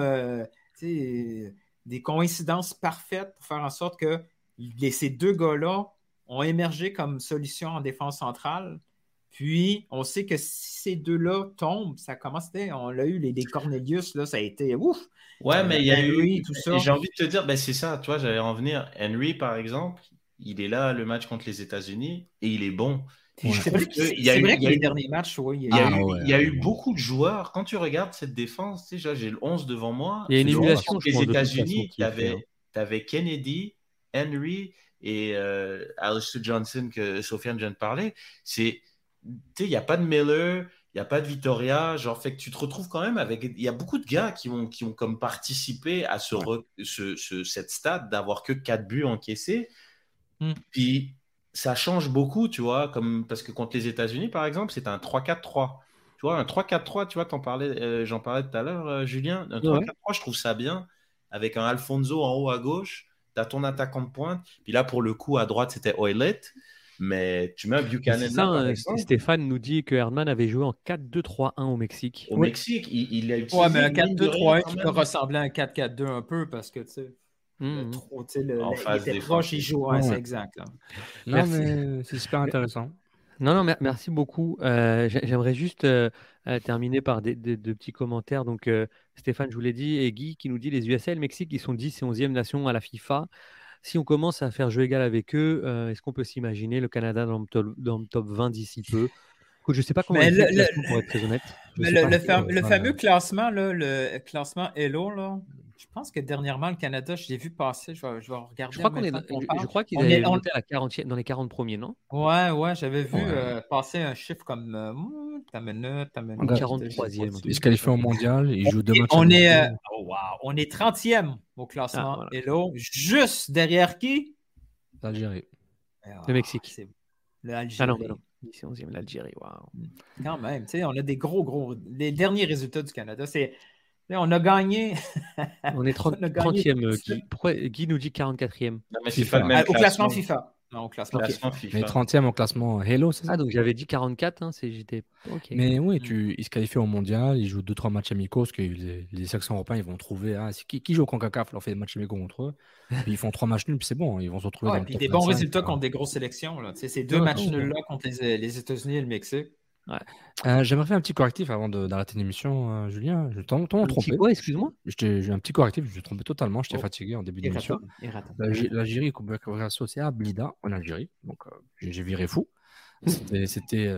des coïncidences parfaites pour faire en sorte que ces 2 gars-là ont émergé comme solution en défense centrale. Puis, on sait que si ces 2-là tombent, ça commence, on l'a eu, les Cornelius, là, ça a été ouf. Ouais, mais il y a Henry, tout ça. J'ai envie de te dire, c'est ça, tu vois, j'allais en venir. Henry, par exemple, il est là le match contre les États-Unis et il est bon. C'est vrai que les derniers matchs, il y a eu beaucoup de joueurs. Quand tu regardes cette défense, tu sais, j'ai le 11 devant moi. Il y a une émulation des États-Unis. Tu avais Kennedy, Henry et Alistair Johnson que Sofiane vient de parler. Il n'y a pas de Miller, il n'y a pas de Victoria. Genre, fait que tu te retrouves quand même avec... Il y a beaucoup de gars qui ont comme participé à cette stade d'avoir que 4 buts encaissés. Puis... ça change beaucoup, tu vois, parce que contre les États-Unis, par exemple, c'est un 3-4-3. Tu vois, un 3-4-3, tu vois, j'en parlais tout à l'heure, Julien. Un 3-4-3, je trouve ça bien. Avec un Alfonso en haut à gauche, tu as ton attaquant de pointe. Puis là, pour le coup, à droite, c'était Oilette. Mais tu mets un Buchanan là, par exemple. Stéphane nous dit que Herdman avait joué en 4-2-3-1 au Mexique. Au Mexique, il a utilisé... Ouais, mais un 4-2-3-1 qui peut ressembler à un 4-4-2 un peu, parce que, tu sais... il était proche, il joue. C'est exact. Là. Non, merci. Mais c'est super intéressant. Non, merci beaucoup. J'aimerais juste terminer par des petits commentaires. Donc, Stéphane, je vous l'ai dit, et Guy qui nous dit les USA et le Mexique, ils sont 10 et 11e nation à la FIFA. Si on commence à faire jeu égal avec eux, est-ce qu'on peut s'imaginer le Canada dans le top 20 d'ici peu? Je ne sais pas comment il fait le classement, pour être très honnête. Le fameux classement, là, le classement Elo, là, je pense que dernièrement, le Canada, je l'ai vu passer. Je vais regarder. Je crois qu'ils avaient monté à la 40e, dans les 40 premiers, non? Ouais, j'avais vu passer un chiffre comme ta minute. 43e. Ils se qualifient au mondial, ils jouent 2 matchs. On est 30e au classement Elo, juste derrière qui? L'Algérie. Le Mexique. L'Algérie. Non. Ici, 11e, l'Algérie, waouh. Quand même, tu sais, on a des gros. Les derniers résultats du Canada, c'est Là, on a gagné. On est On a gagné 30e, Guy. Pourquoi Guy nous dit 44e? Non, mais c'est FIFA. pas le même au classement classement. FIFA. Non, au classement Ok. Classement FIFA. Mais FIFA. 30e au classement Halo, c'est ça? Ah, donc j'avais dit 44, hein, j'étais... Ok. Mais oui, ils se qualifient au mondial, ils jouent 2-3 matchs amicaux, parce que les sections européens, ils vont trouver qui joue au CONCACAF, on fait des matchs amicaux contre eux. Puis ils font 3 matchs nuls, puis c'est bon, ils vont se retrouver Ouais, dans le puis top des bons 25, résultats quoi. contre des grosses sélections. Là. Tu sais, ces deux Ouais, matchs ouais. nuls-là contre les États-Unis et le Mexique. J'aimerais faire un petit correctif avant d'arrêter l'émission, Julien. Je t'en Un petit trompé. quoi, excuse-moi? J'ai un petit correctif, je me suis trompé totalement, j'étais Oh. fatigué en début d'émission. Erratum. L'Algérie est associée à Blida en Algérie, donc j'ai viré fou. C'était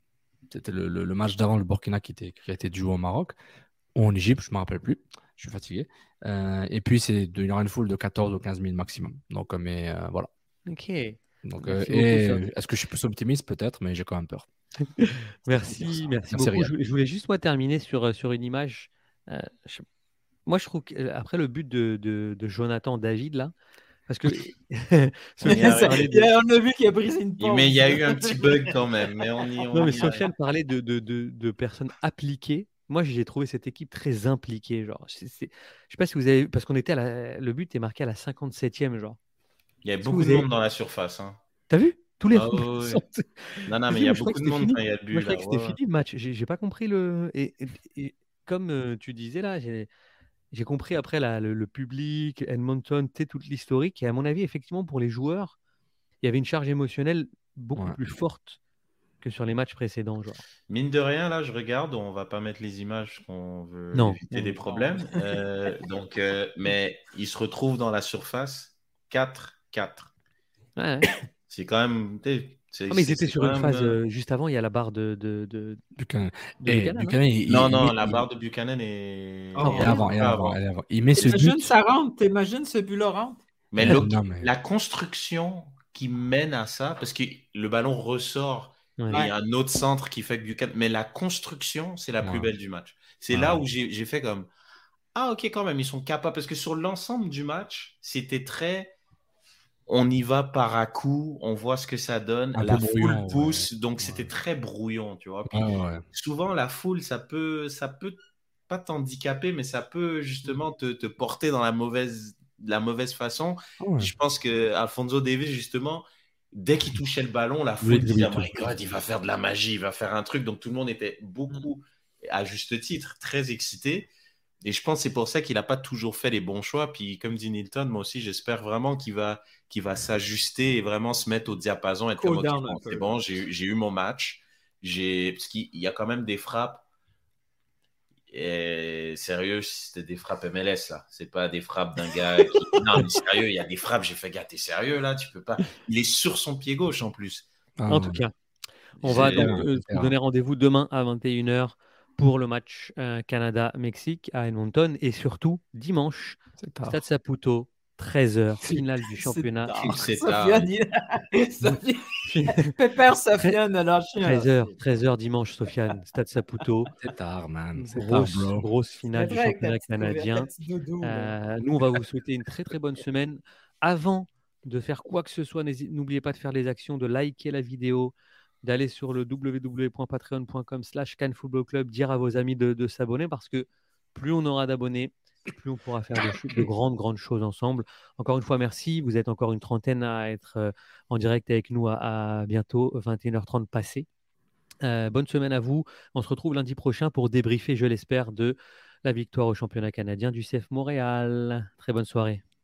le match d'avant le Burkina qui a été joué au Maroc ou en Égypte, je ne me rappelle plus. Je suis fatigué. Et puis, il y aura une foule de 14 ou 15 000 maximum. Donc, mais voilà. Ok. Donc, Merci beaucoup, est-ce que je suis plus optimiste? Peut-être, mais j'ai quand même peur. Merci Merci, beaucoup. Riyad. Je voulais juste moi terminer sur une image. Moi, je trouve qu'après le but de Jonathan David, là, parce que Sofiane parlait de... On a vu qu'il a brisé une pause. Mais il y a eu un petit bug quand même. Mais on y Non, mais arrive. Sofiane parlait de personnes appliquées. Moi, j'ai trouvé cette équipe très impliquée. Genre, je sais pas si vous avez vu, parce qu'on était le but est marqué à la 57e, genre. Il y a Est-ce que beaucoup vous de avez- monde dans la surface. Hein. T'as vu? Tous les Ah ouais, ouais. sont- Non, mais J'ai il y a vu, je croyais beaucoup que de c'était monde fini. quand il y a le but. Moi, je croyais Là. que c'était Ouais, fini le match. J'ai pas compris le. Et comme tu disais là, j'ai compris après le public, Edmonton, toute l'historique. Et à mon avis, effectivement, pour les joueurs, il y avait une charge émotionnelle beaucoup Ouais. plus forte que sur les matchs précédents. Genre. Mine de rien, là, je regarde. On va pas mettre les images qu'on veut Non. éviter des problèmes. Mais ils se retrouvent dans la surface 4-4. Ouais. C'est quand même. Ah, mais ils étaient sur quand une même, phase juste avant, il y a la barre de Buchanan. Buchanan, Buchanan, Non, la barre de Buchanan est. Oh, est avant. Il met ce T'imagines but. ça rentre, t'imagines ce but-là rentre. Mais Non, mais- la construction qui mène à ça, parce que le ballon ressort, Ouais. et il y a un autre centre qui fait que Buchanan. Mais la construction, c'est la plus Ouais. belle du match. C'est Ouais. là où j'ai fait comme. Ah, ok, quand même, ils sont capables. Parce que sur l'ensemble du match, c'était très. On y va par à coup, on voit ce que ça donne. Un peu La foule brouillon, pousse, ouais. donc Ouais. c'était très brouillon, tu vois. Puis, Ouais. souvent, la foule, ça peut pas t'handicaper, mais ça peut justement te porter dans la mauvaise façon. Ouais. Je pense que Alphonso Davies, justement, dès qu'il touchait le ballon, la foule disait, oh my God, il va faire de la magie, il va faire un truc. Donc tout le monde était beaucoup, à juste titre, très excité. Et je pense que c'est pour ça qu'il n'a pas toujours fait les bons choix. Puis comme dit Nilton, moi aussi, j'espère vraiment qu'il va s'ajuster et vraiment se mettre au diapason, être comme, Cool down OK, un bon, peu. c'est bon, j'ai eu mon match. Parce qu'il y a quand même des frappes. Et sérieux, c'était des frappes MLS, là. C'est pas des frappes d'un gars qui... Non, mais sérieux, il y a des frappes, j'ai fait, gars, t'es sérieux, là? Tu peux pas... Il est sur son pied gauche, en plus. En tout cas, on va donc vous donner rendez-vous demain à 21h pour le match Canada-Mexique à Edmonton et surtout dimanche, Stade Saputo, 13h, finale du championnat. C'est tard. Pépère Sofiane a lâché. 13h dimanche, Sofiane, Stade Saputo. C'est tard, man. Grosse finale du championnat canadien. Nous, on va vous souhaiter une très très bonne semaine. Avant de faire quoi que ce soit, n'oubliez pas de faire les actions, de liker la vidéo, d'aller sur le www.patreon.com/canfootballclub, dire à vos amis de s'abonner parce que plus on aura d'abonnés, plus on pourra faire de grandes choses ensemble. Encore une fois, merci. Vous êtes encore une trentaine à être en direct avec nous à bientôt 21h30 passé. Bonne semaine à vous. On se retrouve lundi prochain pour débriefer, je l'espère, de la victoire au championnat canadien du CF Montréal. Très bonne soirée.